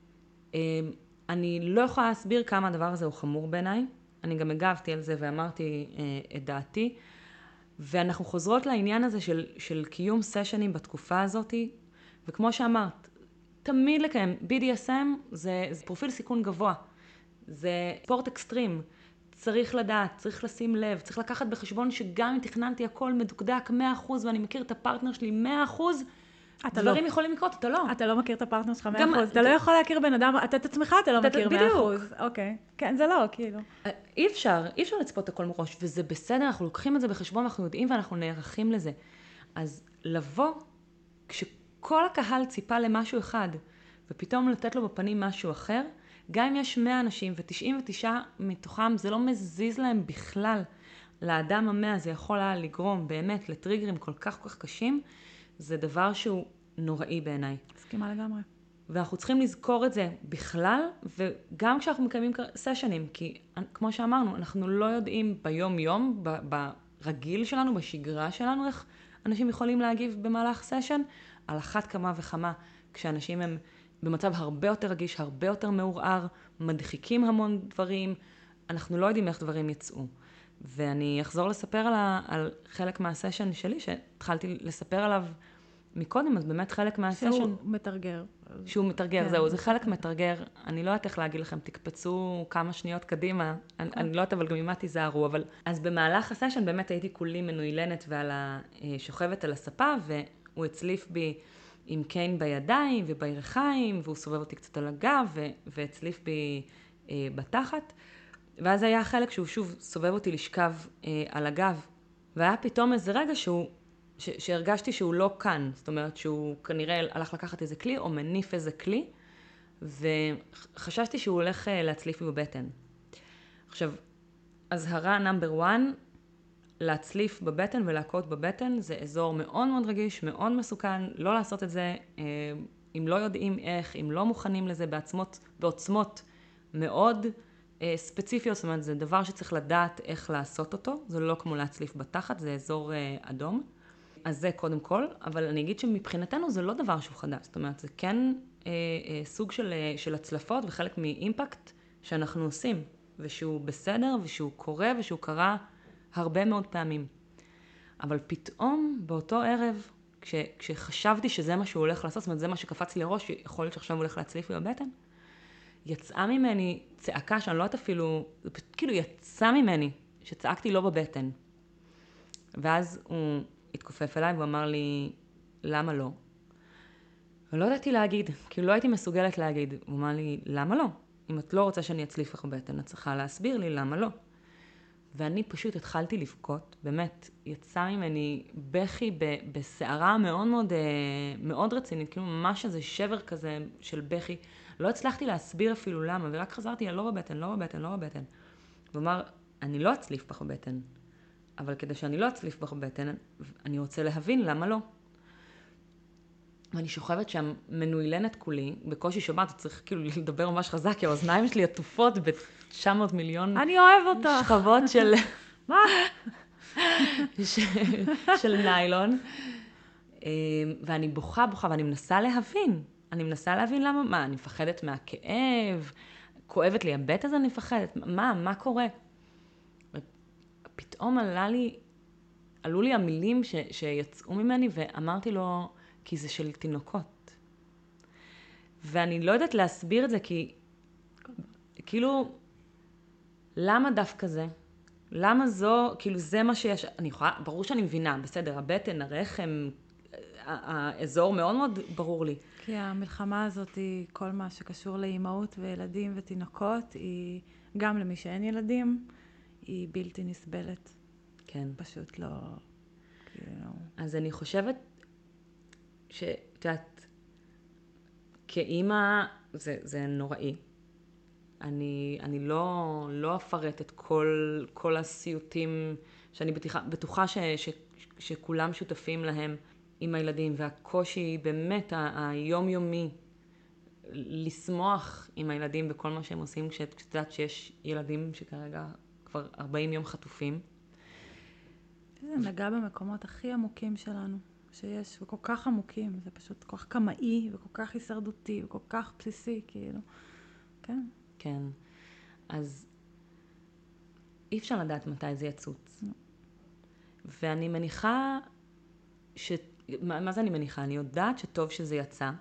אני לא יכולה להסביר כמה הדבר הזה הוא חמור בעיניי. אני גם הגבתי על זה ואמרתי את דעתי. ואנחנו חוזרות לעניין הזה של קיום סשנים בתקופה הזאת. וכמו שאמרת, תמיד לקיים. BDSM זה פרופיל סיכון גבוה. זה ספורט אקסטרים. צריך לדעת, צריך לשים לב, צריך לקחת בחשבון שגם אם תכננתי הכל מדוקדק 100% ואני מכיר את הפרטנר שלי 100%, דברים יכולים לקרות, אתה לא. אתה לא מכיר את הפרטנר שלך 100%. אתה לא יכול להכיר בן אדם, אתה את עצמך אתה לא מכיר 100%. בדיוק. אוקיי. כן, זה לא, כאילו. אי אפשר לצפות הכל מראש, וזה בסדר, אנחנו לוקחים את זה בחשבון, אנחנו יודעים ואנחנו נערכים לזה. אז לבוא, כשכל הקהל ציפה למשהו אחד, ופתאום לתת לו בפנים משהו אחר, גם אם יש 100 אנשים, ו99 מתוכם זה לא מזיז להם בכלל. לאדם ה100 זה יכול היה לגרום באמת לטריגרים כל כך קשים, זה דבר שהוא נוראי בעיניי. מסכימה לגמרי. ואנחנו צריכים לזכור את זה בכלל, וגם כשאנחנו מקיימים סשנים, כי כמו שאמרנו, אנחנו לא יודעים ביום-יום, ברגיל שלנו, בשגרה שלנו, איך אנשים יכולים להגיב במהלך סשן, על אחת כמה וכמה, כשאנשים הם במצב הרבה יותר רגיש, הרבה יותר מעורער, מדחיקים המון דברים, אנחנו לא יודעים איך דברים יצאו. ואני אחזור לספר על חלק מהסשן שלי, שהתחלתי לספר עליו מקודם, אז באמת חלק מהסשן... שהוא מתרגר. שהוא מתרגר, זהו, זה חלק מתרגר. אני לא יודעת איך להגיד לכם, תקפצו כמה שניות קדימה, אני לא יודעת, אבל גם ממה תיזהרו, אבל... אז במהלך הסשן באמת הייתי כולי מנוילנת שוכבת על הספה, והוא הצליף בי עם קיין בידיים ובירכיים, והוא סובב אותי קצת על הגב, והצליף בי בתחת. ואז היה החלק שהוא שוב סובב אותי לשכב על הגב, והיה פתאום איזה רגע שהרגשתי שהוא לא כאן, זאת אומרת שהוא כנראה הלך לקחת איזה כלי, או מניף איזה כלי, וחששתי שהוא הולך להצליף בבטן. עכשיו, הזהרה נאמבר 1, להצליף בבטן ולהכות בבטן, זה אזור מאוד מאוד רגיש, מאוד מסוכן, לא לעשות את זה אם לא יודעים איך, אם לא מוכנים לזה בעוצמות מאוד ספציפיות, זאת אומרת, זה דבר שצריך לדעת איך לעשות אותו, זה לא כמו להצליף בתחת, זה אזור אדום. אז זה קודם כל, אבל אני אגיד שמבחינתנו זה לא דבר שהוא חדש, זאת אומרת, זה כן סוג של הצלפות וחלק מאימפקט שאנחנו עושים, ושהוא בסדר ושהוא קורה ושהוא קרה הרבה מאוד פעמים. אבל פתאום באותו ערב, כשחשבתי שזה מה שהוא הולך לעשות, זאת אומרת, זה מה שקפץ לי לראש, יכול להיות שעכשיו הוא הולך להצליף לי בבטן, יצאה ממני צעקה שאני לא יודעת אפילו, כאילו יצא ממני שצעקתי לא בבטן. ואז הוא התכופף אליי והוא אמר לי, למה לא? ולא ידעתי להגיד, כאילו לא הייתי מסוגלת להגיד. הוא אמר לי, למה לא? אם את לא רוצה שאני אצליף לך בבטן, את צריכה להסביר לי למה לא. ואני פשוט התחלתי לבכות, באמת, יצא ממני בכי בסערה מאוד מאוד, מאוד רצינית, כאילו ממש איזה שבר כזה של בכי. לא הצלחתי להסביר אפילו למה, ורק חזרתי על לא בבטן, לא בבטן, לא בבטן. הוא אמר, אני לא אצליף בך בבטן, אבל כדי שאני לא אצליף בך בבטן, אני רוצה להבין למה לא. ואני שוכבת שם מנוילנת כולי, בקושי שומעת, צריך כאילו לדבר ממש חזק, כי האוזניים שלי עטופות ב-900 מיליון אני אוהב אותך. שכבות של... מה? של ניילון. ואני בוכה ואני מנסה להבין. אני מנסה להבין למה, מה, אני מפחדת מהכאב, כואבת לי הבטן אז אני מפחדת, מה קורה? פתאום עלו לי המילים שיצאו ממני ואמרתי לו, כי זה של תינוקות. ואני לא יודעת להסביר את זה, כי כאילו, למה דווקא זה? למה זו, כאילו זה מה שיש, אני יכולה, ברור שאני מבינה, בסדר, הבטן, הרחם, האזור מאוד מאוד ברור לי. כי המלחמה הזאת היא כל מה שקשור לאימהות וילדים ותינוקות, היא גם למי שאין ילדים, היא בלתי נסבלת. כן. פשוט לא, כאילו... אז אני חושבת את יודעת, כאימא זה נוראי. אני לא אפרט את כל הסיוטים שאני בטוחה שכולם שותפים להם עם הילדים, והקושי באמת היומיומי לשמוח עם הילדים בכל מה שהם עושים, כשאת יודעת שיש ילדים שכרגע כבר 40 יום חטופים. זה נגע במקומות הכי עמוקים שלנו שיש, וכל כך עמוקים, זה פשוט כל כך קמאי וכל כך הישרדותי וכל כך בסיסי, כאילו. כן. כן. אז אי אפשר לדעת מתי זה יצוץ. ואני מניחה מה זה אני מניחה? אני יודעת שטוב שזה יצא,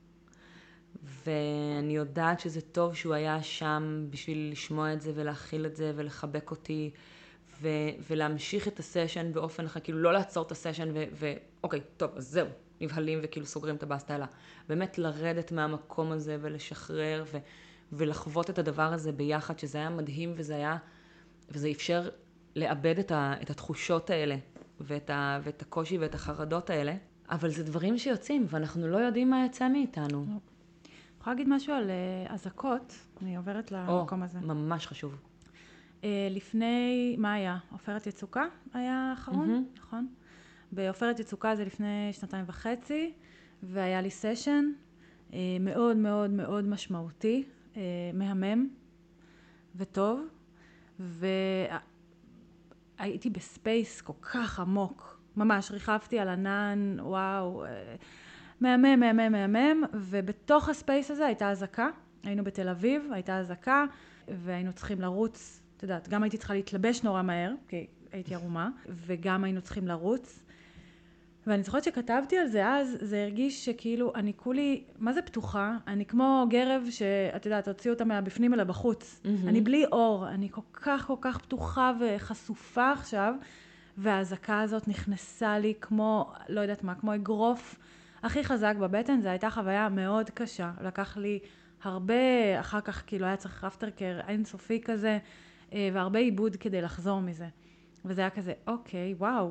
ואני יודעת שזה טוב שהוא היה שם בשביל לשמוע את זה ולהכיל את זה ולחבק אותי ולהמשיך את הסשן באופן אחר, כאילו לא לעצור את הסשן אוקיי, טוב, אז זהו, נבהלים וכאילו סוגרים את הבאסטה, אלא באמת לרדת מהמקום הזה ולשחרר ולחוות את הדבר הזה ביחד, שזה היה מדהים וזה אפשר לאבד את התחושות האלה ואת הקושי ואת החרדות האלה, אבל זה דברים שיוצאים ואנחנו לא יודעים מה יצא מאיתנו. אני יכולה להגיד משהו על אזעקות, אני עוברת למקום הזה. ממש חשוב. לפני, מה היה? עופרת יצוקה היה האחרון, נכון? בעופרת יצוקה זה לפני 2.5, והיה לי סשן מאוד מאוד מאוד משמעותי, מהמם וטוב, והייתי בספייס כל כך עמוק, ממש ריחפתי על ענן, וואו, מהמם, מהמם, מהמם, ובתוך הספייס הזה הייתה אזעקה, היינו בתל אביב, הייתה אזעקה, והיינו צריכים לרוץ, את יודעת, גם הייתי צריכה להתלבש נורא מהר, כי הייתי ערומה, וגם היינו צריכים לרוץ, ואני זוכרת שכתבתי על זה אז, זה הרגיש שכאילו אני כולי, מה זה פתוחה? אני כמו גרב שאת יודעת, הוציאו אותה מהבפנים אל הבחוץ. אני בלי אור, אני כל כך פתוחה וחשופה עכשיו, והאזעקה הזאת נכנסה לי כמו, לא יודעת מה, כמו אגרוף הכי חזק בבטן. זו הייתה חוויה מאוד קשה. לקח לי הרבה, אחר כך כאילו היה צריך אפטרקר אינסופי כזה, והרבה עיבוד כדי לחזור מזה. וזה היה כזה, אוקיי, וואו.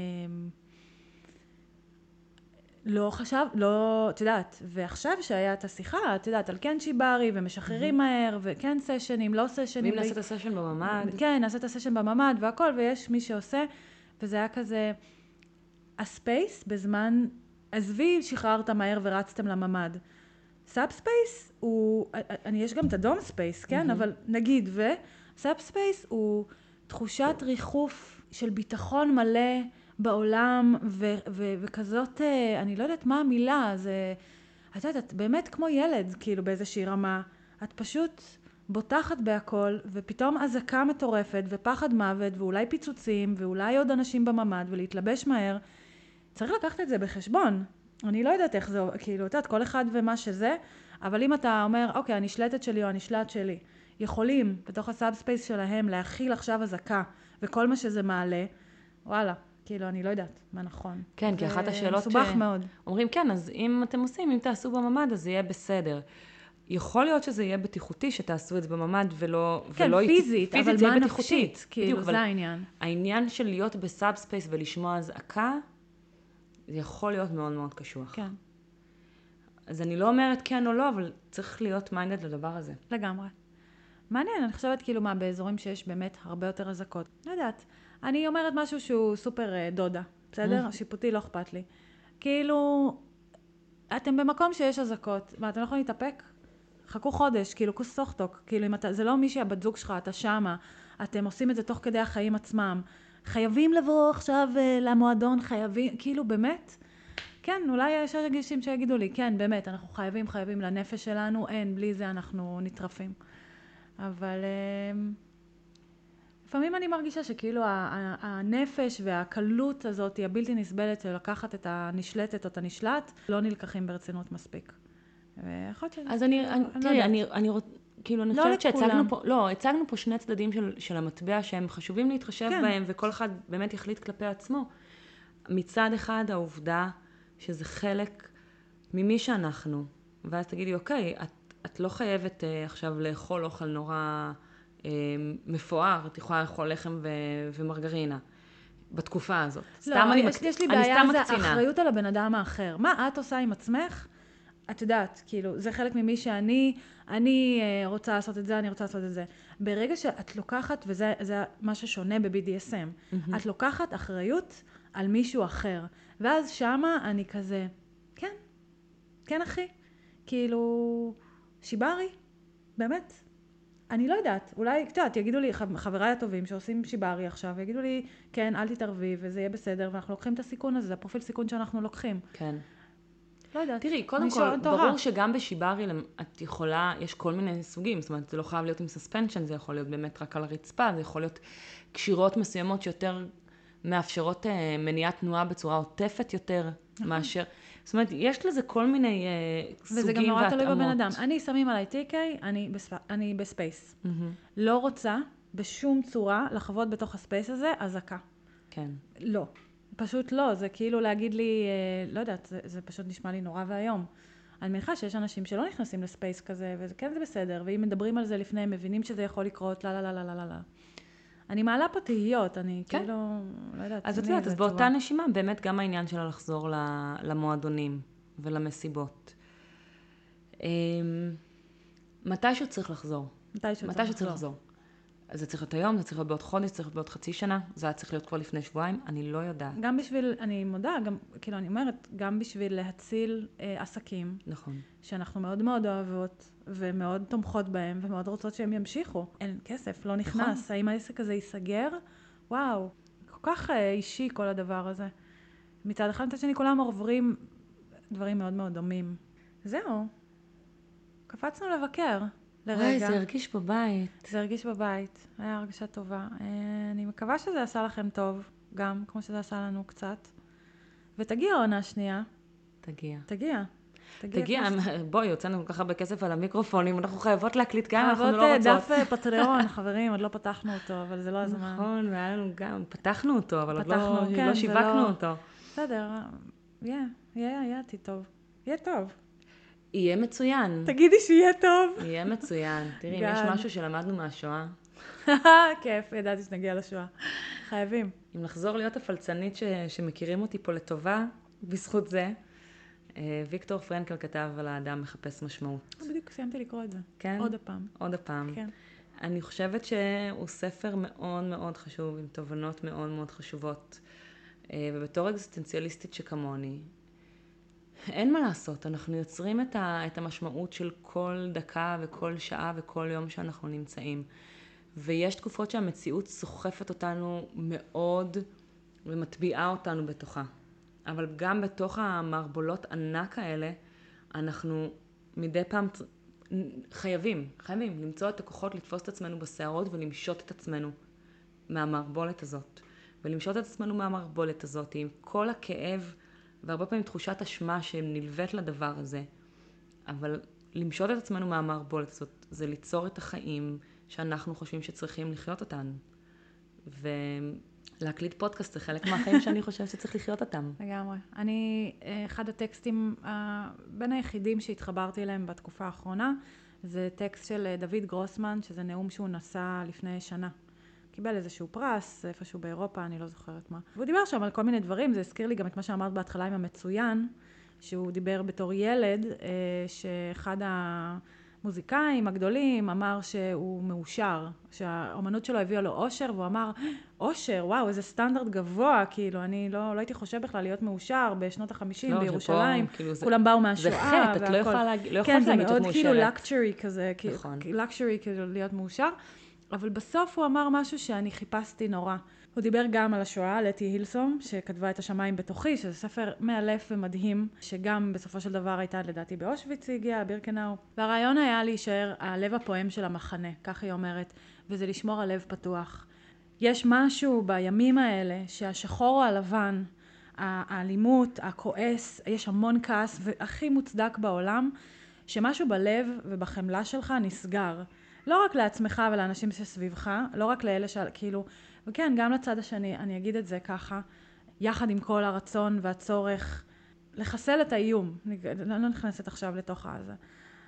לא חשב, לא, את יודעת, ועכשיו שהיה את השיחה, את יודעת, על כן שיברי ומשחררים מהר, וכן סשנים, לא סשנים. ואם נעשה את הסשן בממד. כן, נעשה את הסשן בממד והכל, ויש מי שעושה, וזה היה כזה, הספייס בזמן, עזבי, שחררת מהר ורצתם לממד. סאב ספייס הוא, יש גם את הדום ספייס, כן? אבל נגיד, וסאב ספייס הוא תחושת ריחוף של ביטחון מלא, בעולם, וכזאת, אני לא יודעת מה המילה, זה, את יודעת, את באמת כמו ילד, כאילו באיזושהי רמה, את פשוט בוטחת בהכל, ופתאום אזעקה מטורפת, ופחד מוות, ואולי פיצוצים, ואולי עוד אנשים בממד, ולהתלבש מהר. צריך לקחת את זה בחשבון. אני לא יודעת איך זה, כאילו, את יודעת, כל אחד ומה שזה, אבל אם אתה אומר, אוקיי, הנשלטת שלי או הנשלט שלי, יכולים בתוך הסאב ספייס שלהם להכיל עכשיו אזעקה, וכל מה שזה מעלה, וואלה. כאילו, אני לא יודעת מה נכון. כן, כי אחת השאלות מאוד. אומרים, כן, אז אם אתם עושים, אם תעשו בממד, אז זה יהיה בסדר. יכול להיות שזה יהיה בטיחותי, שתעשו את זה בממד, ולא... כן, פיזית, אבל מה נפשית? כאילו, זה העניין. העניין של להיות בסאב ספייס ולשמוע אזעקה, זה יכול להיות מאוד מאוד קשוח. כן. אז אני לא אומרת כן או לא, אבל צריך להיות מיינדד לדבר הזה. לגמרי. מעניין, אני חושבת כאילו מה, באזורים שיש באמת הרבה יותר אזעקות. לא יודעת. אני אומרת משהו שהוא סופר דודה, בסדר? השיפוטי לא אכפת לי. כאילו, אתם במקום שיש אזעקות, מה, אתם לא יכולים להתאפק? חכו חודש, כאילו, כוס סוכטוק. כאילו, אם אתה, זה לא מישהי הבת זוג שלך, אתה שמה, אתם עושים את זה תוך כדי החיים עצמם. חייבים לבוא עכשיו למועדון, חייבים, כאילו, באמת? כן, אולי יש רגישים שיגידו לי, כן, באמת, אנחנו חייבים לנפש שלנו, אין, בלי זה אנחנו נטרפים. אבל... לפעמים אני מרגישה שכאילו הנפש והקלות הזאת היא הבלתי נסבלת של לקחת את הנשלטת או את הנשלט, לא נלקחים ברצינות מספיק. אז אני חושבת שהצגנו פה, לא, הצגנו פה שני צדדים של המטבע שהם חשובים להתחשב בהם, וכל אחד באמת יחליט כלפי עצמו. מצד אחד העובדה שזה חלק ממי שאנחנו, ואז תגידי, אוקיי, את לא חייבת עכשיו לאכול אוכל נורא... מפואר, את יכולה לאכול לחם ומרגרינה. בתקופה הזאת. לא, אני יש לי אני בעיה, סתם זה מקצינה. אחריות על הבן אדם האחר. מה את עושה עם עצמך? את יודעת, כאילו, זה חלק ממי אני רוצה לעשות את זה, אני רוצה לעשות את זה. ברגע שאת לוקחת, וזה מה ששונה ב-BDSM, את לוקחת אחריות על מישהו אחר. ואז שמה אני כזה, כן, כן אחי. כאילו, שיברי, באמת. אני לא יודעת, אולי, קצת, יגידו לי, חבריי הטובים שעושים שיברי עכשיו, יגידו לי, כן, אל תתערבי, וזה יהיה בסדר, ואנחנו לוקחים את הסיכון הזה, זה הפרופיל סיכון שאנחנו לוקחים. כן. לא יודעת. תראי, קודם כל, ברור שגם בשיברי את יכולה, יש כל מיני סוגים, זאת אומרת, זה לא חייב להיות עם סספנשן, זה יכול להיות באמת רק על הרצפה, זה יכול להיות קשירות מסוימות שיותר מאפשרות מניעת תנועה בצורה עוטפת יותר מאשר, זאת אומרת, יש לזה כל מיני סוגים והתאמות. וזה גם נורא תלוי בבן אדם. אני שמים עליי TK, אני בספייס. לא רוצה בשום צורה לחוות בתוך הספייס הזה הזקה. כן. לא. פשוט לא, זה כאילו להגיד לי, לא יודעת, זה פשוט נשמע לי נורא והיום. אני מניחה שיש אנשים שלא נכנסים לספייס כזה, וכן זה בסדר, ואם מדברים על זה לפני, הם מבינים שזה יכול לקרות, לא, לא, לא, לא, לא, לא. אני מעלה פה תהיות, אני כן. כאילו, לא יודעת. אז את יודעת, אז באותה נשימה, באמת גם העניין שלה לחזור למועדונים ולמסיבות. מתישהו צריך לחזור. מתישהו צריך לחזור. אז זה צריך להיות היום, זה צריך להיות בעוד חודש, זה צריך להיות בעוד חצי שנה, זה היה צריך להיות כבר לפני שבועיים, אני לא יודעת. גם בשביל, אני מודה, גם, כאילו אני אומרת, גם בשביל להציל עסקים. נכון. שאנחנו מאוד מאוד אוהבות, ומאוד תומכות בהם, ומאוד רוצות שהם ימשיכו. אין כסף, לא נכנס. האם העסק הזה ייסגר? וואו, כל כך אישי כל הדבר הזה. מצד אחד, מצד שני, כולם עוברים דברים מאוד מאוד דומים. זהו. קפצנו לבקר. לרגע. וואי, זה הרגיש בבית. זה הרגיש בבית. היה הרגשה טובה. אני מקווה שזה עשה לכם טוב, גם כמו שזה עשה לנו קצת. ותגיע העונה שנייה. תגיע. בואי, יוצאנו כל כך הרבה כסף על המיקרופונים, אנחנו חייבות להקליט גם, אנחנו לא רוצות. דף פטריון, חברים, עוד לא פתחנו אותו, אבל זה לא הזמן. נכון, והיה לנו גם, פתחנו אותו, אבל עוד לא שיווקנו אותו. בסדר, יהיה עתיד טוב. יהיה טוב. יהיה מצוין. תגידי שיהיה טוב. יהיה מצוין. תראי, אם יש משהו שלמדנו מהשואה. כיף, ידעתי שנגיע לשואה. חייבים. אם לחזור להיות הפלצנית שמכירים אותי פה לטובה, בזכות זה, ויקטור פרנקל כתב על האדם מחפש משמעות. בדיוק סיימתי לקרוא את זה. כן? עוד הפעם. כן. אני חושבת שהוא ספר מאוד מאוד חשוב, עם תובנות מאוד מאוד חשובות. ובתור אקזיסטנציאליסטית שכמוני, אין מה לעשות, אנחנו יוצרים את המשמעות של כל דקה וכל שעה וכל יום שאנחנו נמצאים. ויש תקופות שהמציאות סוחפת אותנו מאוד ומטביעה אותנו בתוכה. אבל גם בתוך המערבולות ענק האלה, אנחנו מדי פעם חייבים למצוא את הכוחות לתפוס את עצמנו בשערות ולמשות את עצמנו מהמערבולת הזאת. ולמשות את עצמנו מהמערבולת הזאת עם כל הכאב והרבה פעמים תחושת אשמה שנלווית לדבר הזה. אבל למשוד את עצמנו מהמערבולת הזאת, זה ליצור את החיים שאנחנו חושבים שצריכים לחיות אותן. ולהקליט פודקאסט זה חלק מהחיים שאני חושבת שצריך לחיות אותם. לגמרי. אני, אחד הטקסטים בין היחידים שהתחברתי אליהם בתקופה האחרונה, זה טקסט של דוד גרוסמן, שזה נאום שהוא נשא לפני שנה. קיבל איזשהו פרס, איפשהו באירופה, אני לא זוכרת מה. והוא דיבר שם על כל מיני דברים, זה הזכיר לי גם את מה שאמרת בהתחלה עם המצוין, שהוא דיבר בתור ילד, שאחד המוזיקאים הגדולים אמר שהוא מאושר, שהאומנות שלו הביאה לו אושר, והוא אמר, אושר, וואו, איזה סטנדרט גבוה, כאילו, אני לא הייתי חושב בכלל להיות מאושר בשנות ה-50 בירושלים, כולם באו מהשואה. זה חטא, את לא יכולה להגיד שאת מאושרת. כן, זה מאוד כאילו לקצ'רי כזה, לקצ'רי כאילו להיות מאושר. אבל בסוף הוא אמר משהו שאני חיפשתי נורא. הוא דיבר גם על השואה, לטי הילסום, שכתבה את השמיים בתוכי, שזה ספר מאלף ומדהים, שגם בסופו של דבר הייתה לדעתי באושוויץ, היא הגיעה, בירקנאו. והרעיון היה להישאר הלב הפועם של המחנה, כך היא אומרת, וזה לשמור על לב פתוח. יש משהו בימים האלה, שהשחור או הלבן, האלימות, הכועס, יש המון כעס, והכי מוצדק בעולם, שמשהו בלב ובחמלה שלך נסגר. לא רק לעצמך ולאנשים שסביבך, לא רק לאלה כאילו, וכן, גם לצד השני, אני אגיד את זה ככה, יחד עם כל הרצון והצורך לחסל את האיום, לא נכנסת עכשיו לתוך הזה.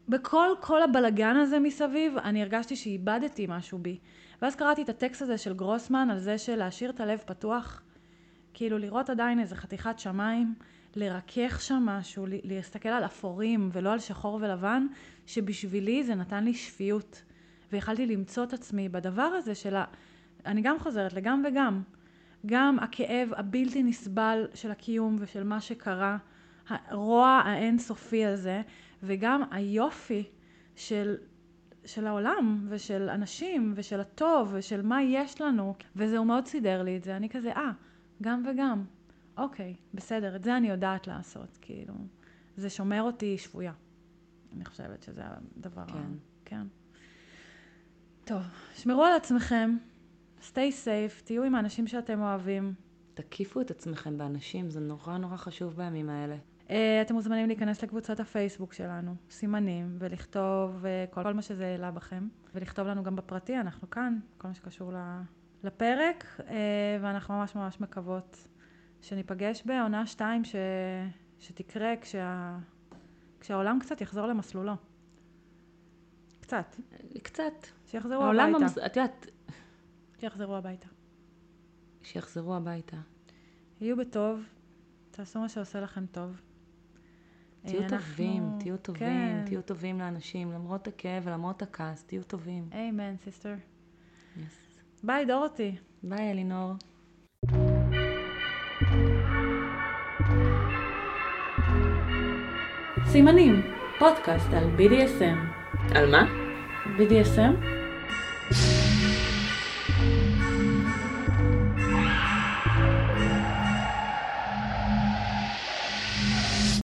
בכל הבלגן הזה מסביב, אני הרגשתי שאיבדתי משהו בי. ואז קראתי את הטקסט הזה של גרוסמן על זה של להשאיר את הלב פתוח, כאילו לראות עדיין איזה חתיכת שמיים, לרכך שם משהו, להסתכל על אפורים ולא על שחור ולבן, שבשבילי זה נתן לי שפיות. ויכלתי למצוא את עצמי בדבר הזה של אני גם חוזרת לגם וגם. גם הכאב הבלתי נסבל של הקיום ושל מה שקרה, הרוע האינסופי הזה, וגם היופי של העולם ושל אנשים ושל הטוב ושל מה יש לנו. וזהו מאוד סידר לי את זה. אני כזה, גם וגם. אוקיי, בסדר, את זה אני יודעת לעשות. כאילו, זה שומר אותי שבויה. אני חושבת שזה הדבר. כן. כן. טוב, שמרו על עצמכם. stay safe, תהיו עם האנשים שאתם אוהבים. תקיפו את עצמכם באנשים, זה נורא נורא חשוב בימים האלה. אתם מוזמנים להיכנס לקבוצת הפייסבוק שלנו, סימנים, ולכתוב כל מה שזה העלה בכם. ולכתוב לנו גם בפרטי, אנחנו כאן, כל מה שקשור לפרק, ואנחנו ממש ממש מקוות שניפגש בעונה 2 שתקרה כשהעולם קצת יחזור למסלולו. קצת. שיחזרו הביתה. את יודעת... שיחזרו הביתה. שיחזרו הביתה. יהיו בטוב, תעשו מה שעושה לכם טוב. תהיו טובים, תהיו טובים, תהיו טובים לאנשים, למרות הכאב ולמרות הכעס, תהיו טובים. אמן, סיסטר. יס. ביי, דורותי. ביי, אלינור. סימנים, פודקאסט על BDSM. על מה? BDSM?